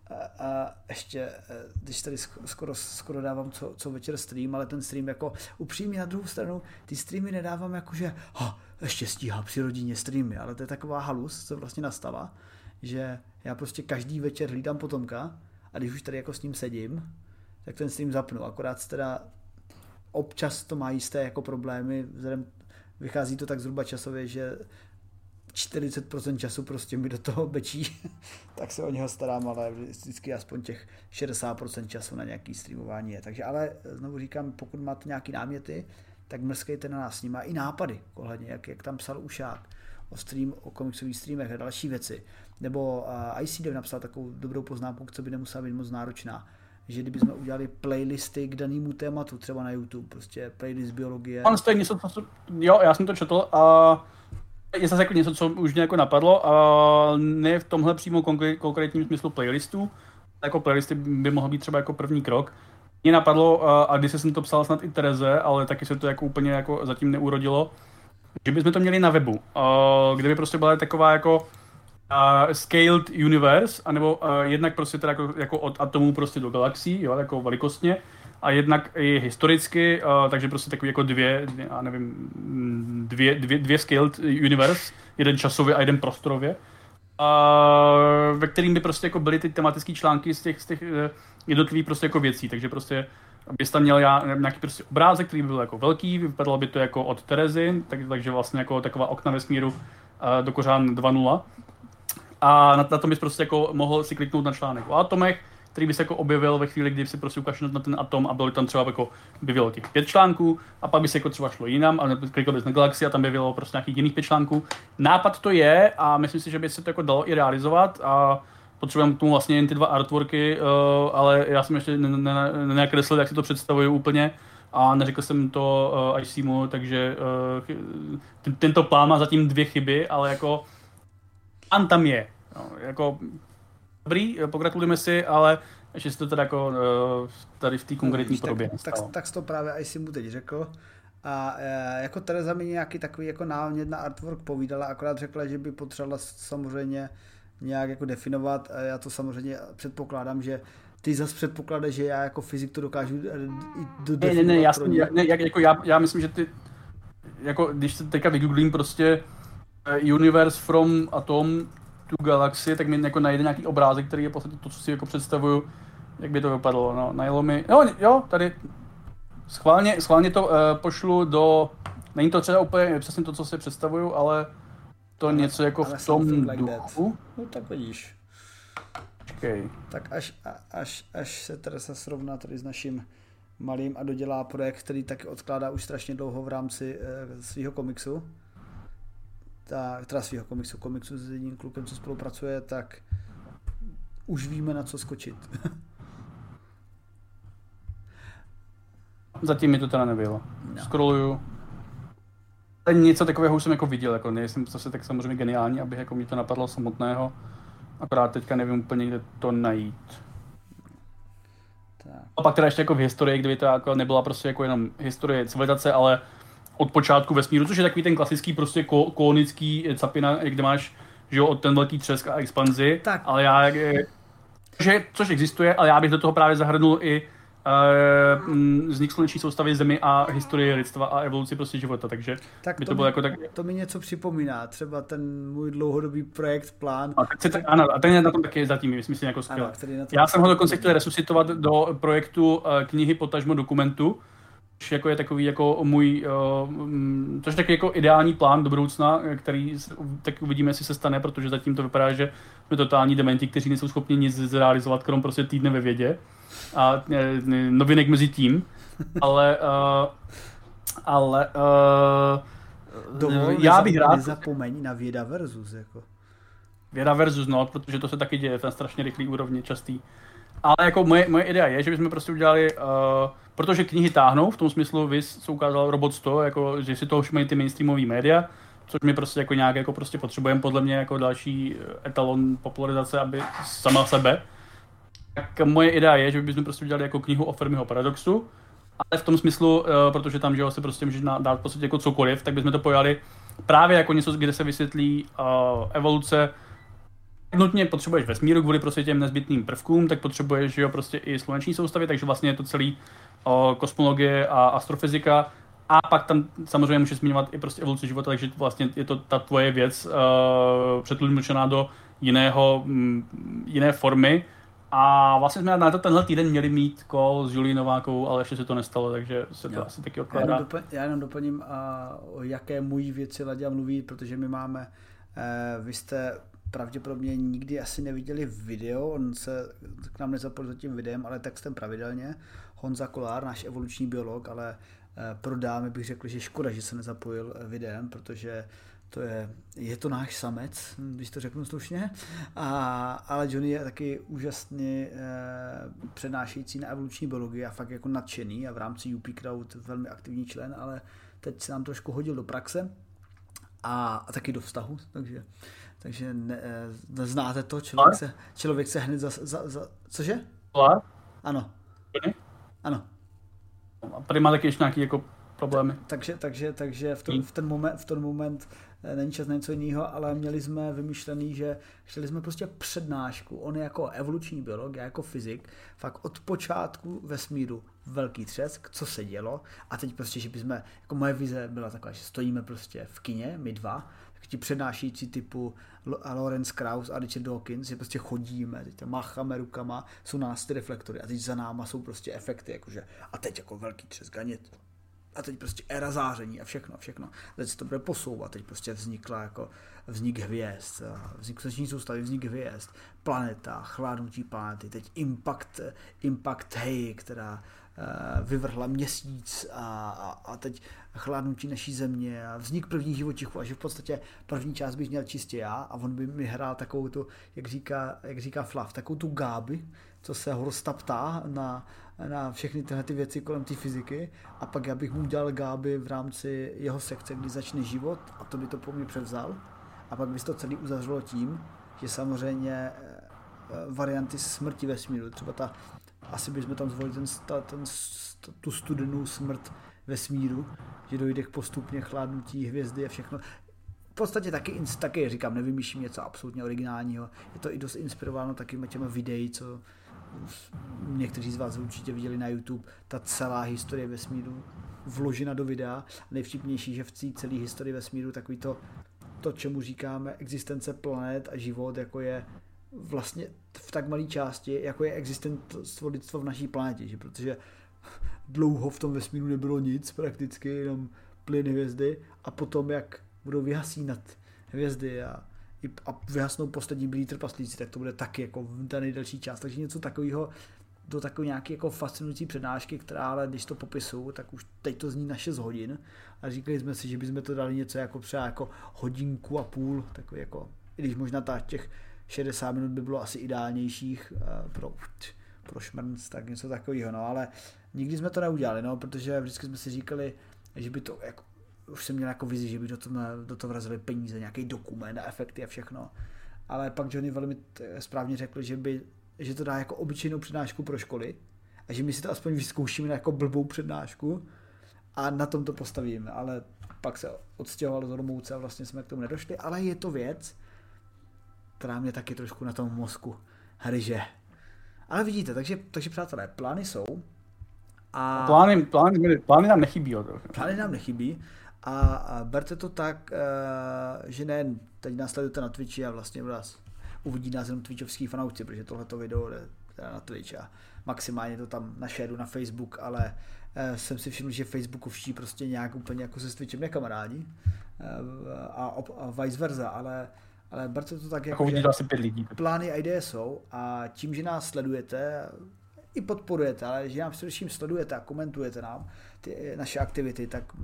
ještě, když tady skoro dávám co večer stream, ale ten stream jako upřímně na druhou stranu, ty streamy nedávám jako, že ještě stíhá při rodině streamy, ale to je taková halus, co vlastně nastala, že já prostě každý večer hlídám potomka a když už tady jako s ním sedím, tak ten stream zapnu, akorát teda občas to má jisté jako problémy, vychází to tak zhruba časově, že 40% času prostě mi do toho bečí, tak se o něho starám, ale vždycky aspoň těch 60% času na nějaký streamování je. Takže ale znovu říkám, pokud máte nějaký náměty, tak mrskejte na nás s nimi i nápady ohledně, jak tam psal Ušák o komiksových streamech a další věci. Nebo ICDev napsal takovou dobrou poznámku, co by nemusela být moc náročná, že kdybychom udělali playlisty k danému tématu, třeba na YouTube, prostě playlist biologie. Jo, já jsem to četl a je zase jako něco, co už mě jako napadlo, a ne v tomhle přímo konkrétním smyslu playlistů, jako playlisty by mohl být třeba jako první krok. Mě napadlo, a když jsem to psal snad i Tereze, ale taky se to jako úplně jako zatím neurodilo, že bychom to měli na webu, kde by prostě byla taková jako scaled universe, anebo jednak prostě teda jako od atomů prostě do galaxií, jo, jako velikostně, a jednak i historicky, takže prostě takový jako dvě scaled universe, jeden časově a jeden prostorově, ve kterým by prostě jako byly ty tematické články z těch jednotlivých prostě jako věcí, takže prostě bys tam měl nějaký prostě obrázek, který by byl jako velký, vypadalo by to jako od Terezy, takže vlastně jako taková okna vesmíru do Kořán 2.0. A na tom bys prostě jako mohl si kliknout na článek o atomech, který by se jako objevil ve chvíli, kdy si prostě ukážeš na ten atom a bylo tam třeba jako bylo těch 5 článků a pak by se jako třeba šlo jinam a klikl bys na galaxii a tam by bylo prostě nějakých jiných 5 článků. Nápad to je a myslím si, že by se to jako dalo i realizovat a potřebujeme k tomu vlastně jen ty 2 artworky, ale já jsem ještě nenakreslil, jak si to představuju úplně a neřekl jsem to ICmu, takže tento plán má zatím 2 chyby, ale jako plán tam je. No, jako dobrý, pogratulujeme si, ale ještě si to teda jako tady v té konkrétní podobě. Tak to právě ICmu teď řekl. A jako Tereza mi nějaký takový jako námět na artwork povídala, akorát řekla, že by potřebovala samozřejmě nějak jako definovat. A já to samozřejmě předpokládám, že ty zase předpokládáš, že já jako fyzik to dokážu i definovat. Já myslím, že ty, jako když se teďka vygooglím prostě universe from atom to galaxy, tak mi jako najde nějaký obrázek, který je podstatě to, co si jako představuju, jak by to vypadalo. No, najelo mi, jo, tady schválně to pošlu do, není to třeba úplně přesně to, co si představuju, ale to něco jako v tom duchu. No tak vidíš. Okay. Tak až se Teresa srovná tady s naším malým a dodělá projekt, který taky odkládá už strašně dlouho v rámci svého komiksu, komiksu s jedním klukem, co spolupracuje, tak už víme, na co skočit. Zatím mi to teda nebylo. No. Scrolluju. Něco takového už jsem jako viděl, jako nejsem zase tak samozřejmě geniální, abych jako mě to napadlo samotného. Akorát teďka nevím úplně, kde to najít. Tak. A pak teda ještě jako v historii, kdyby to jako nebyla prostě jako jenom historie civilizace, ale od počátku vesmíru, což je takový ten klasický prostě kolonický capina, kde máš, že jo, ten velký třesk a expanzi, tak. Ale což existuje, ale já bych do toho právě zahrnul i vznik sluneční soustavy Zemi a historii lidstva a evoluci prostě života, takže tak by to bylo jako tak... To mi něco připomíná, třeba ten můj dlouhodobý projekt, plán. Ano, a ten na tom taky zatím, myslím si, jako skvěle. Já jsem ho dokonce chtěl resuscitovat do projektu knihy potažmo dokumentu, což jako je takový jako můj, což je takový jako ideální plán do budoucna, který tak uvidíme, jestli se stane, protože zatím to vypadá, že jsme totální dementi, kteří nejsou schopni nic zrealizovat, krom prostě týdne ve vědě a novinek mezi tím, ale já bych rád... Nezapomeň na věda versus, jako. Věda versus, no, protože to se taky děje na strašně rychlý úrovni, častý. Ale jako moje idea je, že bychom prostě udělali, protože knihy táhnou, v tom smyslu Viz se ukázal Robot 100, jako, že si to už mají ty mainstreamové média, což my prostě jako nějak jako prostě potřebujeme podle mě jako další etalon popularizace, aby sama sebe. Tak moje idea je, že bychom prostě udělali jako knihu o Fermiho paradoxu, ale v tom smyslu, protože tam, že jo, si prostě můžeš dát v podstatě jako cokoliv, tak bychom to pojali právě jako něco, kde se vysvětlí evoluce. Nutně potřebuješ vesmíru kvůli prostě těm nezbytným prvkům, tak potřebuješ, jo, prostě i sluneční soustavy, takže vlastně je to celý kosmologie a astrofyzika. A pak tam samozřejmě můžeš zmiňovat i prostě evoluci života, takže vlastně je to ta tvoje věc přetlumočená do jiné formy. A vlastně jsme na to tenhle týden měli mít call s Julí Novákovou, ale ještě se to nestalo, takže se to asi taky odkládá. Já jenom doplním, o jaké mojí věci Laďa mluví, protože my máme, vy jste pravděpodobně nikdy asi neviděli video, on se k nám nezapojil za tím videem, ale textem pravidelně. Honza Kolár, náš evoluční biolog, ale pro dámy bych řekl, že škoda, že se nezapojil videem, protože je to náš samec, když to řeknu slušně, ale Johnny je taky úžasně přednášející na evoluční biologii a fakt jako nadšený a v rámci UP Crowd velmi aktivní člen, ale teď se nám trošku hodil do praxe a taky do vztahu, takže neznáte to, člověk se hned cože? Kolár? Ano. Ano. A tady má taky ještě nějaký jako problémy. Takže v ten moment není čas na něco jiného, ale měli jsme vymyšlený, že chtěli jsme prostě přednášku. On je jako evoluční biolog, já jako fyzik, fakt od počátku vesmíru velký třesk, co se dělo a teď prostě, že bychom, jako moje vize byla taková, že stojíme prostě v kině, my dva, ti přednášející typu Lawrence Krauss a Richard Dawkins, že prostě chodíme, teď tam mácháme rukama, jsou nás ty reflektory a teď za náma jsou prostě efekty, jakože a teď jako velký třesk a teď prostě éra záření a všechno. Teď se to bude posouvat, teď prostě vznik hvězd, vznik sluneční soustavy, vznik hvězd, planeta, chládnutí planety, teď impact Hei, která vyvrhla měsíc a teď chladnutí naší země a vznik prvních živočichů a že v podstatě první část bych měl čistě já a on by mi hrál takovou tu, jak říká Flav, takovou tu gáby, co se Horsta ptá na všechny tyhle ty věci kolem té fyziky a pak já bych mu udělal gáby v rámci jeho sekce, kdy začne život a to by to po mně převzal a pak by se to celý uzavřelo tím, že samozřejmě varianty smrti vesmíru, třeba asi bychom tam zvolili tu studenou smrt vesmíru, že dojde k postupně chladnutí hvězdy a všechno. V podstatě taky říkám, nevymýšlím něco absolutně originálního. Je to i dost inspirováno takovými těmi videí, co někteří z vás určitě viděli na YouTube. Ta celá historie vesmíru vložena do videa. Nejvtipnější, že v celé historii vesmíru takový to, čemu říkáme existence planet a život, jako je vlastně v tak malé části, jako je existenstvo lidstva v naší planetě, že? Protože dlouho v tom vesmíru nebylo nic, prakticky jenom plyn hvězdy a potom, jak budou vyhasínat hvězdy a vyhasnou poslední bílí trpaslíci, tak to bude taky jako ta nejdelší část. Takže něco takového, do takové nějaké jako fascinující přednášky, která ale když to popisuju, tak už teď to zní na 6 hodin a říkali jsme si, že bychom to dali něco jako třeba jako hodinku a půl, takový jako, i když možná těch 60 minut by bylo asi ideálnějších pro šmrnc, tak něco takového, no, ale nikdy jsme to neudělali, no, protože vždycky jsme si říkali, že by to, jako, už jsem měl jako vizi, že by do toho vrazili peníze, nějaký dokument a efekty a všechno, ale pak Johnny velmi správně řekl, že to dá jako obyčejnou přednášku pro školy a že my si to aspoň vyzkoušíme na jako blbou přednášku a na tom to postavíme, ale pak se odstěhoval do Olomouce a vlastně jsme k tomu nedošli, ale je to věc, která mě taky trošku na tom mozku hryže. Ale vidíte, takže přátelé, plány jsou. A plány nám nechybí. Plány nám nechybí a berte to tak, že nejen teď nás sledujete na Twitchi a vlastně uvidí nás jenom twitchovský fanoušci, protože tohleto video jde na Twitch a maximálně to tam nasharu na Facebook, ale jsem si všiml, že Facebookovští prostě nějak úplně jako se s Twitchem nekamarádi a vice versa, ale berte to tak, jako že asi 5 lidí. Plány a ideje jsou a tím, že nás sledujete i podporujete, ale že nám především sledujete a komentujete nám ty naše aktivity,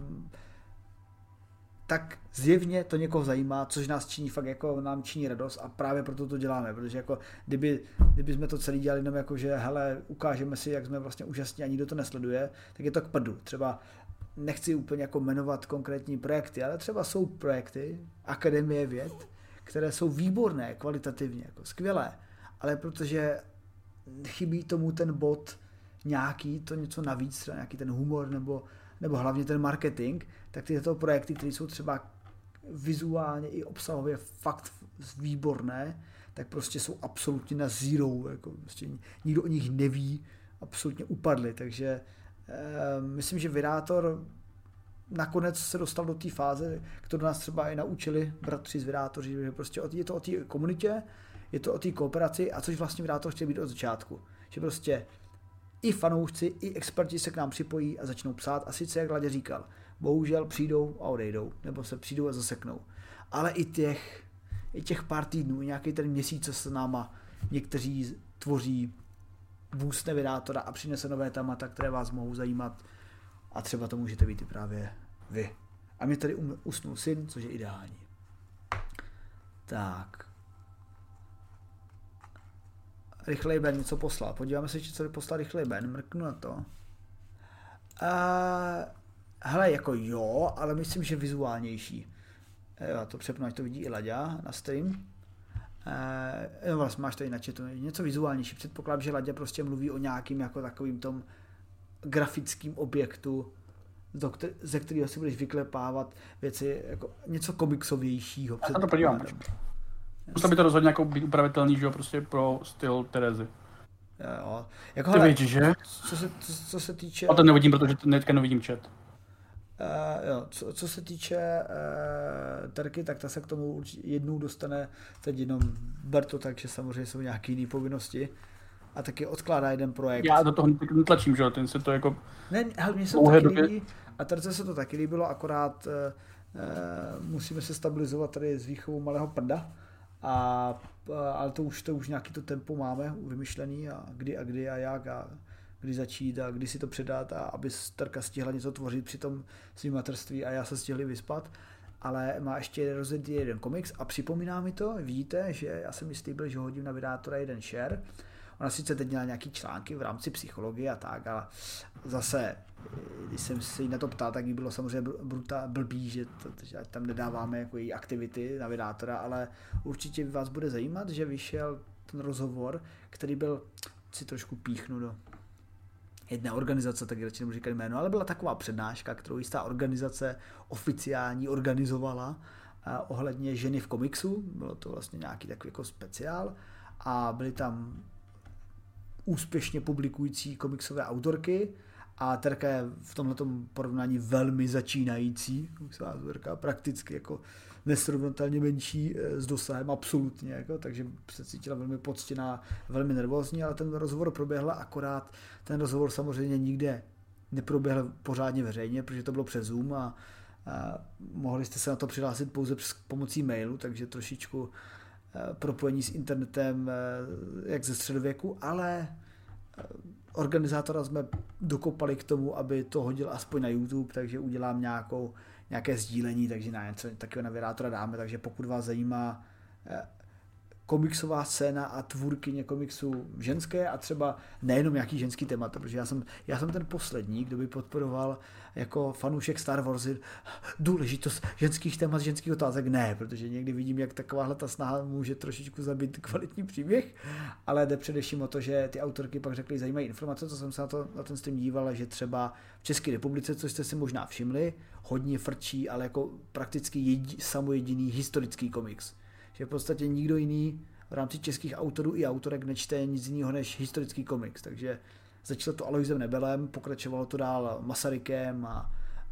tak zjevně to někoho zajímá, což nás činí fakt jako nám činí radost a právě proto to děláme, protože jako kdyby jsme to celý dělali jenom jako, že hele, ukážeme si, jak jsme vlastně úžasní a nikdo to nesleduje, tak je to k prdu. Třeba nechci úplně jako jmenovat konkrétní projekty, ale třeba jsou projekty Akademie věd, které jsou výborné, kvalitativně, jako skvělé, ale protože chybí tomu ten bod nějaký, to něco navíc, třeba nějaký ten humor nebo hlavně ten marketing, tak tyto projekty, které jsou třeba vizuálně i obsahově fakt výborné, tak prostě jsou absolutně na zero, jako prostě nikdo o nich neví, absolutně upadli, takže myslím, že Vydátor nakonec se dostal do té fáze, kterou nás třeba i naučili bratři z Vydátoři, že prostě je to o té komunitě, je to o té kooperaci a což vlastně Vydátor chtěl být od začátku, že prostě i fanoušci, i experti se k nám připojí a začnou psát a sice, jak Ladě říkal, bohužel přijdou a odejdou, nebo se přijdou a zaseknou. Ale i těch pár týdnů, i nějaký ten měsíc, co se náma někteří tvoří boostne Vydátora a přinese nové témata, které vás mohou zajímat a třeba to můžete být i právě vy. A mě tady usnul syn, což je ideální. Tak. Rychlej Ben něco poslal. Podíváme se, co poslal Rychlej Ben. Mrknu na to. Hele, jako jo, ale myslím, že vizuálnější. Jo, to přepnu, ať to vidí i Laďa na stream. Vlastně máš tady na chatu něco vizuálnější. Předpokládám, že Laďa prostě mluví o nějakým jako takovým tom grafickým objektu, ze kterého si budeš vyklepávat věci, jako něco komiksovějšího. Já to podívám. Musel by to rozhodně jako být upravitelný, že jo, prostě pro styl Terezy. Jo, jako ty vidíš, že? Co se týče... A to nevidím, protože netka nevidím chat. Jo, co se týče Terky, tak ta se k tomu jednou dostane, teď jenom ber to tak, že samozřejmě jsou nějaké jiné povinnosti a taky odkládá jeden projekt. Já do toho netlačím, že jo, ten se to jako... Ne, mně se to taky líbí a Terce se to taky líbilo, akorát musíme se stabilizovat tady s výchovou malého prda, ale to už nějaký to tempo máme vymyšlený a kdy a jak a kdy začít a kdy si to předat a aby Terka stihla něco tvořit při tom svým materství a já se stihli vyspat. Ale má ještě rozjetý jeden komiks a připomíná mi to, vidíte, že já jsem mi slíbil, že hodím na Vydátora jeden share. Ona sice teď měla nějaký články v rámci psychologie a tak, ale zase, když jsem se jí na to ptal, tak jí bylo samozřejmě blbý, že tam nedáváme jako její aktivity na Vydátora, ale určitě vás bude zajímat, že vyšel ten rozhovor, který byl, si trošku píchnu do jedné organizace, tak radši nebudu říkat jméno, ale byla taková přednáška, kterou jistá organizace oficiální organizovala ohledně ženy v komiksu, bylo to vlastně nějaký takový jako speciál a byly tam úspěšně publikující komiksové autorky a Terka je v tomhletom porovnání velmi začínající komiksová autorka, prakticky jako nesrovnatelně menší s dosahem absolutně, jako, takže se cítila velmi poctěná, velmi nervózní, ale ten rozhovor proběhl, akorát ten rozhovor samozřejmě nikde neproběhl pořádně veřejně, protože to bylo přes Zoom a mohli jste se na to přihlásit pouze pomocí mailu, takže trošičku propojení s internetem jak ze středověku, ale organizátora jsme dokopali k tomu, aby to hodil aspoň na YouTube, takže udělám nějaké sdílení, takže na něco takového na Vydátora dáme, takže pokud vás zajímá komiksová scéna a tvůrkyně komiksu ženské a třeba nejenom nějaký ženský témata, protože já jsem ten poslední, kdo by podporoval jako fanoušek Star Wars důležitost ženských témat, ženských otázek, ne, protože někdy vidím, jak takováhle ta snaha může trošičku zabít kvalitní příběh, ale jde především o to, že ty autorky pak řekly zajímavé informace, co jsem se na ten stream díval, že třeba v České republice, což jste si možná všimli, hodně frčí, ale jako prakticky samojediný historický komiks. Že v podstatě nikdo jiný v rámci českých autorů i autorek nečte nic jiného než historický komiks. Takže začalo to Aloisem Nebelem, pokračovalo to dál Masarykem a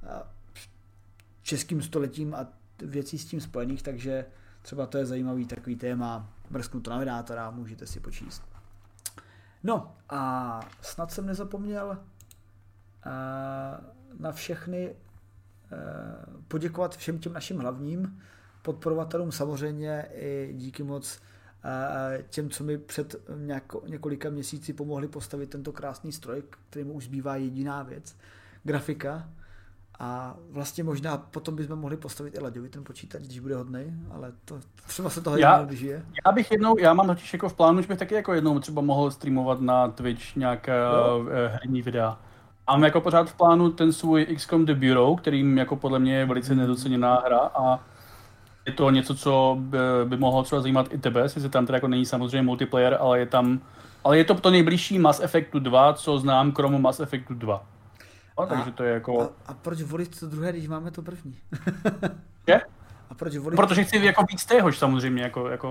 českým stoletím a věcí s tím spojených, takže třeba to je zajímavý takový téma, mrsknu to na Vydátora, můžete si počíst. No a snad jsem nezapomněl na všechny poděkovat všem těm našim hlavním podporovatelům, samozřejmě i díky moc těm, co mi před několika měsíci pomohli postavit tento krásný stroj, kterému už zbývá jediná věc, grafika. A vlastně možná potom bychom mohli postavit i Laďovi ten počítač, když bude hodnej, ale to třeba se toho jednou vyžije. Já mám totiž jako v plánu, že bych taky jako jednou třeba mohl streamovat na Twitch nějaké herní videa. Mám jako pořád v plánu ten svůj XCOM The Bureau, kterým jako podle mě je velice nedoceněná hra a je to něco, co by mohlo třeba zajímat i tebe, sice tam teda jako není samozřejmě multiplayer, ale je to nejbližší Mass Effectu 2, co znám kromě Mass Effectu 2. Takže to je jako... A proč volit to druhé, když máme to první? Je? A proč volit... Protože chci jako víc téhož samozřejmě,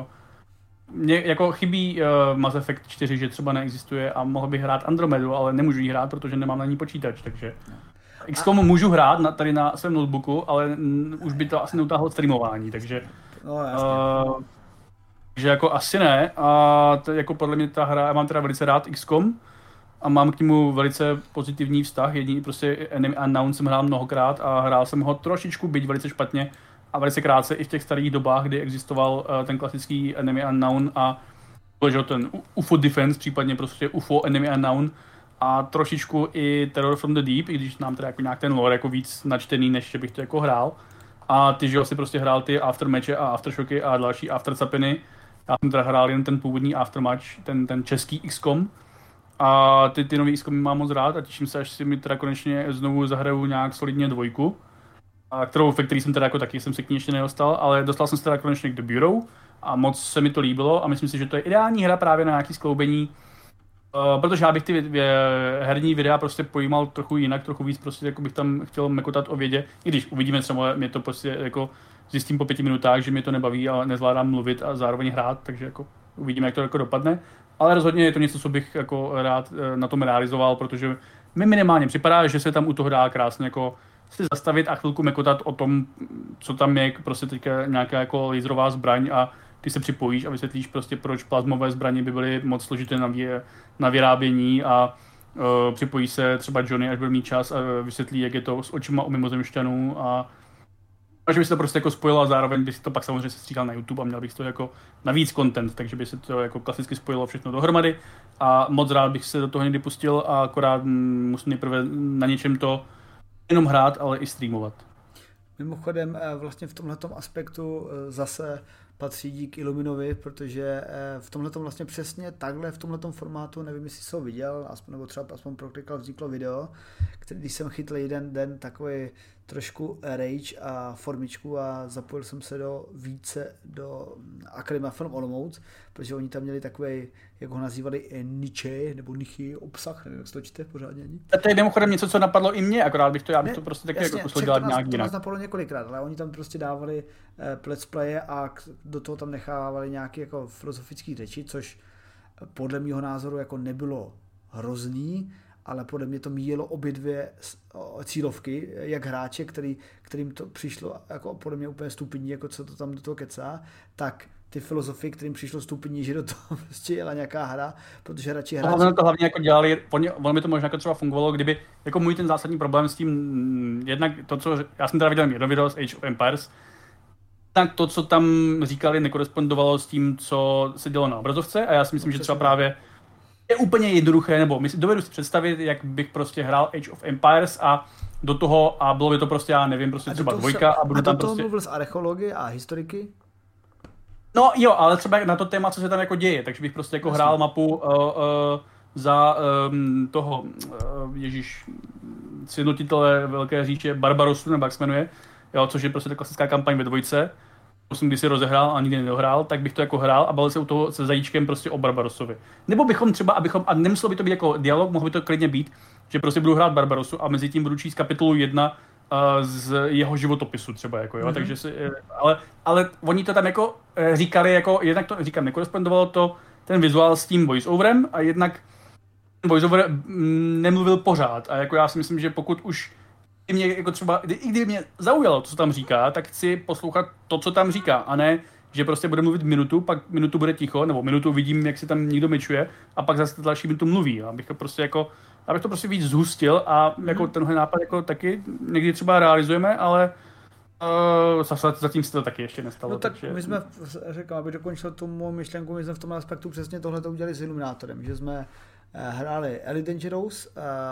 Mně jako chybí Mass Effect 4, že třeba neexistuje a mohl bych hrát Andromedu, ale nemůžu jí hrát, protože nemám na ní počítač, takže... XCOM můžu hrát tady na svém notebooku, ale už by to asi neutáhlo streamování, takže... No, jasně. Takže jako asi ne a jako podle mě ta hra, já mám teda velice rád XCOM a mám k němu velice pozitivní vztah, jediný prostě Enemy Unknown jsem hrál mnohokrát a hrál jsem ho trošičku, byť velice špatně a velice krátce i v těch starých dobách, kdy existoval ten klasický Enemy Unknown a byl ten UFO Defense, případně prostě UFO Enemy Unknown a trošičku i Terror from the Deep, i když nám teda jako nějak ten lore jako víc načtený, než že bych to jako hrál. A ty, že si prostě hrál ty Aftermatche a Aftershocky a další Aftercapiny. Já jsem teda hrál jen ten původní Aftermatch, ten český XCOM. A ty nový XCOM mám moc rád a těším se, až si mi teda konečně znovu zahraju nějak solidně 2. A ve který jsem teda jako taky jsem se k ní ještě nedostal, ale dostal jsem se teda konečně k The Bureau a moc se mi to líbilo a myslím si, že to je ideální hra právě na nějaký skloubení. Protože já bych ty herní videa prostě pojímal trochu jinak, trochu víc prostě jako bych tam chtěl mekotat o vědě, i když uvidíme třeba, mě to prostě jako zjistím po 5 minutách, že mě to nebaví a nezvládám mluvit a zároveň hrát, takže jako uvidíme, jak to jako dopadne. Ale rozhodně je to něco, co bych jako rád na tom realizoval, protože mi minimálně připadá, že se tam u toho dá krásně jako si zastavit a chvilku mekotat o tom, co tam je prostě teďka nějaká jako laserová zbraň a ty se připojíš a vysvětlíš prostě, proč plazmové zbraně by byly moc složité na vyrábění a připojí se třeba Johnny, až bude mít čas a vysvětlí, jak je to s očima u mimozemšťanů a že by se to prostě jako spojilo a zároveň by si to pak samozřejmě sestříhal na YouTube a měl bych to jako navíc content, takže by se to jako klasicky spojilo všechno dohromady a moc rád bych se do toho někdy pustil a akorát musím nejprve na něčem to jenom hrát, ale i streamovat. Mimochodem vlastně v tomhletom aspektu zase patří dík Illuminovi, protože v tomhletom vlastně přesně takhle, v tomhletom formátu, nevím, jestli jsi ho viděl, nebo třeba aspoň proklikal, vzniklo video, který, když jsem chytl jeden den takový trošku rage a formičku a zapojil jsem se do Academia Film Olomouc, protože oni tam měli takový, jak ho nazývali, niche, nebo nichy obsah, nevím, jak se to čte pořádně. To je mimochodem něco, co napadlo i mě, akorát já bych to prostě taky jasně, jako musel dělat nějak jinak. To nás napadlo několikrát, ale oni tam prostě dávali let's playe a do toho tam nechávali nějaké jako filozofické řeči, což podle mého názoru jako nebylo hrozný, ale podle mě to míjelo obě dvě cílovky, jak hráče, kterým to přišlo jako podle mě úplně stupidní, jako co to tam do toho kecá, tak ty filozofy, kterým přišlo stupidní, že do toho prostě jela nějaká hra, protože radši hráči... Ono to hlavně jako dělali, ono by to možná jako třeba fungovalo, kdyby, jako můj ten zásadní problém s tím, jednak to, co, já jsem teda viděl jedno video z Age of Empires, tak to, co tam říkali, nekorespondovalo s tím, co se dělo na obrazovce a já si myslím, že třeba právě je úplně jednoduché, nebo dovedu si představit, jak bych prostě hrál Age of Empires a do toho, a bylo by to prostě, já nevím, prostě třeba 2 a budu tam prostě... A do toho mluvil z archeologie a historiky? No jo, ale třeba na to téma, co se tam jako děje, takže bych prostě jako hrál mapu za toho, sjednotitele Velké říše Barbarosu, nebo jak se jmenuje, jo, což je prostě ta klasická kampaň ve 2. Jsem kdysi rozehrál a nikdy nedohrál, tak bych to jako hrál a bavil se u toho se zajíčkem prostě o Barbarosovi. Nebo bychom třeba, a nemuselo by to být jako dialog, mohlo by to klidně být, že prostě budu hrát Barbarosu a mezi tím budu číst kapitolu 1 z jeho životopisu třeba, jako jo, takže ale oni to tam jako říkali, jako jednak to říkám, nekorespondovalo to ten vizuál s tím voice-overem a jednak ten voice-over nemluvil pořád a jako já si myslím, že pokud už mě jako třeba, i kdyby mě zaujalo, co tam říká, tak chci poslouchat to, co tam říká, a ne, že prostě bude mluvit minutu, pak minutu bude ticho, nebo minutu vidím, jak se tam někdo myčuje, a pak zase další minutu mluví. Abych to prostě jako abych to prostě víc zhustil a jako tenhle nápad jako taky někdy třeba realizujeme, ale zatím se to taky ještě nestalo. No tak takže... my jsme, řekl, aby dokončil tomu myšlenku, my jsme v tom aspektu přesně tohle to udělali s Iluminátorem, že jsme hráli Elite Dangerous,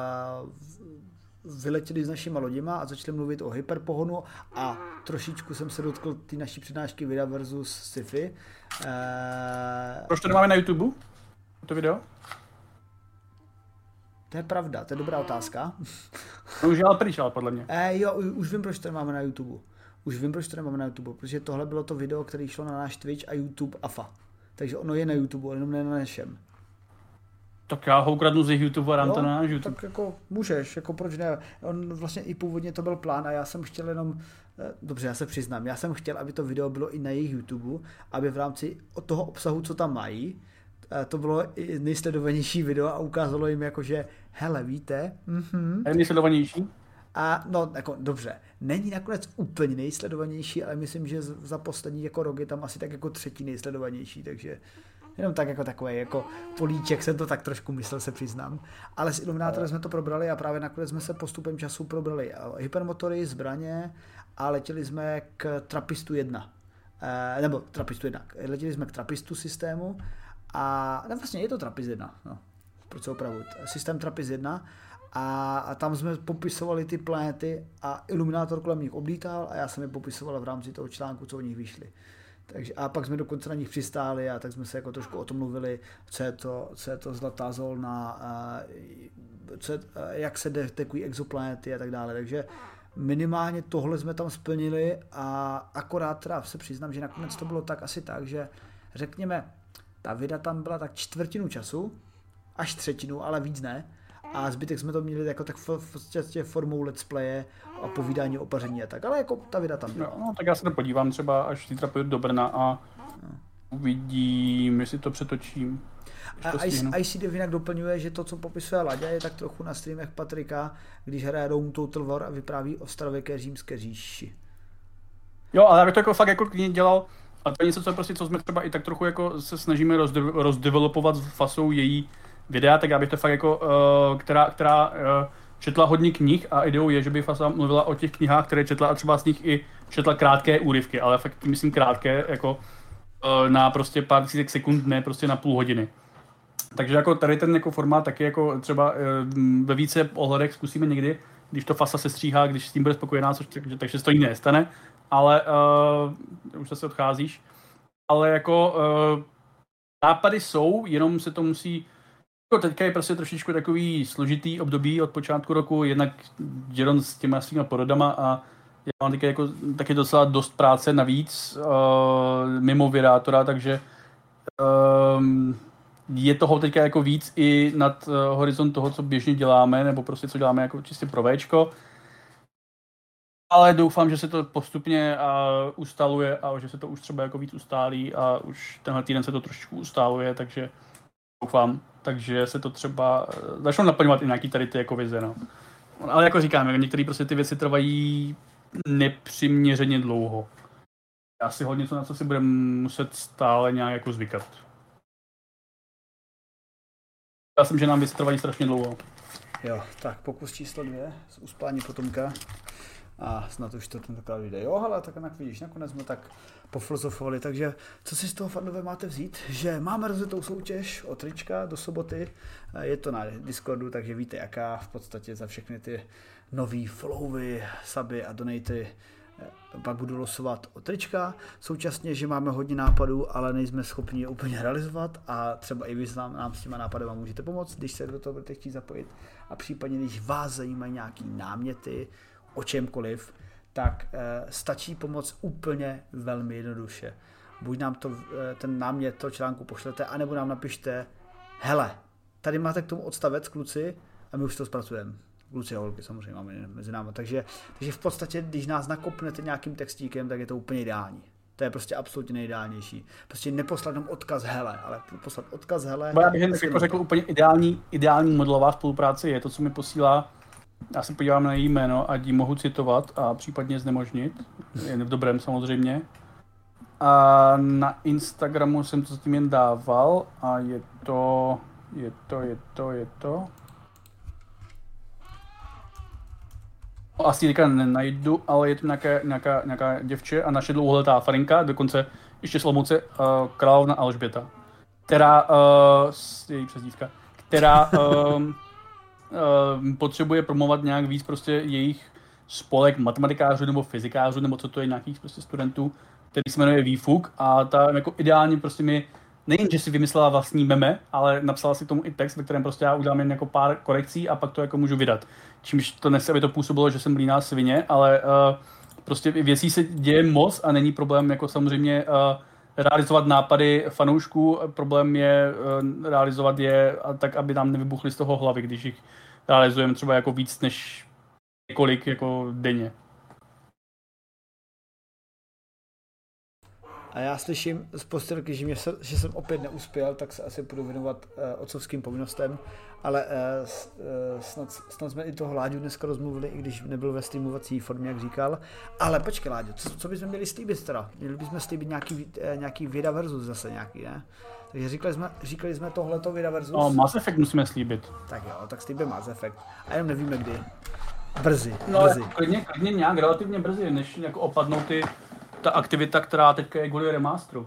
vyletěli s našima loděma a začali mluvit o hyperpohonu a trošičku jsem se dotkl té naší přednášky Vida versus sci-fi. Proč to nemáme na YouTube? To video? To je pravda, to je dobrá otázka. No už je ale pryč, ale podle mě. Jo, už vím, proč to nemáme na YouTube. Protože tohle bylo to video, které šlo na náš Twitch a YouTube AFA. Takže ono je na YouTube, jenom ne na našem. Tak já ho ukradnu z YouTube a dám to na náš YouTube. Tak jako můžeš, jako proč ne. On vlastně i původně to byl plán a já jsem chtěl jenom, dobře, já se přiznám, já jsem chtěl, aby to video bylo i na jejich YouTube, aby v rámci toho obsahu, co tam mají, to bylo i nejsledovanější video a ukázalo jim jako, že hele, víte, Je nejsledovanější? A no, jako dobře, není nakonec úplně nejsledovanější, ale myslím, že za poslední jako rok je tam asi tak jako třetí nejsledovanější, takže jenom tak jako takový jako políček jsem to tak trošku myslel, se přiznám. Ale s Iluminátorem jsme to probrali a právě nakonec jsme se postupem času probrali hypermotory, zbraně a letěli jsme k Trappistu 1. Letěli jsme k Trappistu systému a no vlastně je to Trappist 1, no, proč se opravuji, systém Trappist 1 a tam jsme popisovali ty planety a Iluminátor kolem nich oblítal a já jsem je popisoval v rámci toho článku, co o nich vyšli. Takže, a pak jsme dokonce na nich přistáli a tak jsme se jako trošku o tom mluvili, co je to zlatá zóna, jak se detekují exoplanety a tak dále. Takže minimálně tohle jsme tam splnili a akorát teda se přiznám, že nakonec to bylo tak asi tak, že řekněme, ta vida tam byla tak čtvrtinu času, až třetinu, ale víc ne. A zbytek jsme to měli jako tak v podstatě formou let's playe a povídání o paření a tak, ale jako ta vida tam byla. No, tak já se to podívám třeba, až zítra pojedu do Brna a uvidím, jestli to přetočím. A ICDF jinak doplňuje, že to, co popisuje Laďa, je tak trochu na streamech Patrika, když hraje Rome Total War a vypráví o starověké římské říši. Jo, ale já bych to jako fakt jako dělal, a to je něco, co jsme třeba i tak trochu jako se snažíme rozdevelopovat s fasou její videa, tak já bych to fakt jako, která četla hodně knih a ideou je, že by Fasa mluvila o těch knihách, které četla a třeba z nich i četla krátké úryvky, ale fakt myslím krátké, jako na prostě pár desítek sekund, ne prostě na půl hodiny. Takže jako tady ten jako formát taky jako třeba ve více ohledech zkusíme někdy, když to Fasa se stříhá, když s tím bude spokojená, takže se to nikdy nestane, ale už se odcházíš, ale jako nápady jsou, jenom se to musí. Teďka je prostě trošičku takový složitý období od počátku roku, jednak Jeron s těma svýma porodama a já mám teďka jako taky docela dost práce navíc mimo Vědátora, takže je toho teďka jako víc i nad horizont toho, co běžně děláme, nebo prostě co děláme jako čistě pro Včko. Ale doufám, že se to postupně ustaluje a že se to už třeba jako víc ustálí a už tenhle týden se to trošičku ustáluje, takže doufám. Takže se to třeba začnou naplňovat i nějaký tady ty jako vize, no. Ale jako říkám, některé prostě ty věci trvají nepřiměřeně dlouho. Asi hodně něco, na co si budeme muset stále nějak jako zvykat. Já jsem, že nám věci trvají strašně dlouho. Jo, tak pokus číslo 2 z uspání potomka. A snad už to tentokrát vyjde. Jo, hele, tak jak vidíš, nakonec jsme tak pofilozofovali, takže co si z toho fandové máte vzít? Že máme rozjetou soutěž o trička do soboty, je to na Discordu, takže víte jaká, v podstatě za všechny ty nový followy, suby a donaty pak budu losovat o trička. Současně, že máme hodně nápadů, ale nejsme schopni je úplně realizovat a třeba i vy nám s těma nápadama můžete pomoct, když se do toho budete chtít zapojit a případně, když vás zajímají nějaký náměty, o čemkoliv, tak stačí pomoct úplně velmi jednoduše. Buď nám ten námět toho článku pošlete, anebo nám napište, hele, tady máte k tomu odstavec, kluci, a my už to zpracujeme. Kluci a holky samozřejmě máme mezi námi. Takže v podstatě, když nás nakopnete nějakým textíkem, tak je to úplně ideální. To je prostě absolutně nejideálnější. Prostě neposlat jenom odkaz hele, ale poslat odkaz hele. Já bych jako řekl úplně ideální modelová spolupráce je to, co mi posílá. Já se podívám na její jméno, ať ji mohu citovat a případně znemožnit. Jen v dobrém samozřejmě. A na Instagramu jsem to zatím jen dával a je to. Asi teďka nenajdu, ale je to nějaká děvče a naše dlouholetá Farinka, dokonce ještě z Olomouce, královna Alžběta, která, její přezdívka, která potřebuje promovat nějak víc prostě jejich spolek matematikářů nebo fyzikářů, nebo co to je, nějakých prostě studentů, který se jmenuje Výfuk, a ta jako ideálně prostě mi nejen, že si vymyslela vlastní meme, ale napsala si k tomu i text, ve kterém prostě já udělám jen jako pár korekcí a pak to jako můžu vydat. Čímž to nechci, aby to působilo, že jsem líná svině, ale prostě věcí se děje moc a není problém jako samozřejmě realizovat nápady fanoušků, problém je realizovat je tak, aby nám nevybuchly z toho hlavy, když jich realizujeme třeba jako víc než několik jako denně. A já slyším z postelky, že jsem opět neuspěl, tak se asi budu věnovat otcovským povinnostem, ale snad jsme i toho Láďu dneska rozmluvili, i když nebyl ve streamovací formě, jak říkal. Ale počkej, Láďo, co bychom měli slíbit teda? Měli bychom slíbit nějaký Věda versus zase nějaký, ne? Takže říkali jsme tohleto Věda versus. No, Mass Effect musíme slíbit. Tak jo, tak slíbíme Mass Effect. A jenom nevíme kdy. Brzy. Klidně nějak relativně brzy, než jako opadnou ta aktivita, která teďka je kvůli remasteru.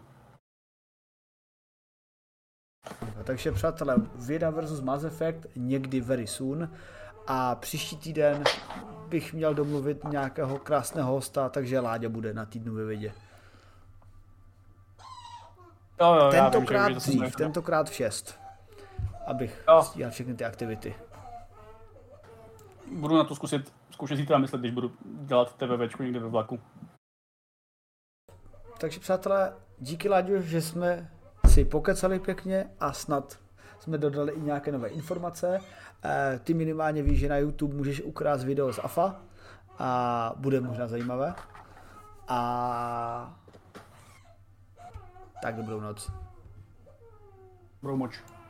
Takže přátelé, Věda versus Mass Effect někdy very soon. A příští týden bych měl domluvit nějakého krásného hosta, takže Láďa bude na týdnu ve Vědě. Jo, tentokrát v 6. Abych stíhal všechny ty aktivity. Budu na to zkoušet zítra myslet, když budu dělat TVVčku někde ve vlaku. Takže přátelé, díky Láďo, že jsme si pokecali pěkně a snad jsme dodali i nějaké nové informace. Ty minimálně víš, že na YouTube můžeš ukrást video z AFA a bude možná zajímavé. A tak dobrou noc. Dobrou moč.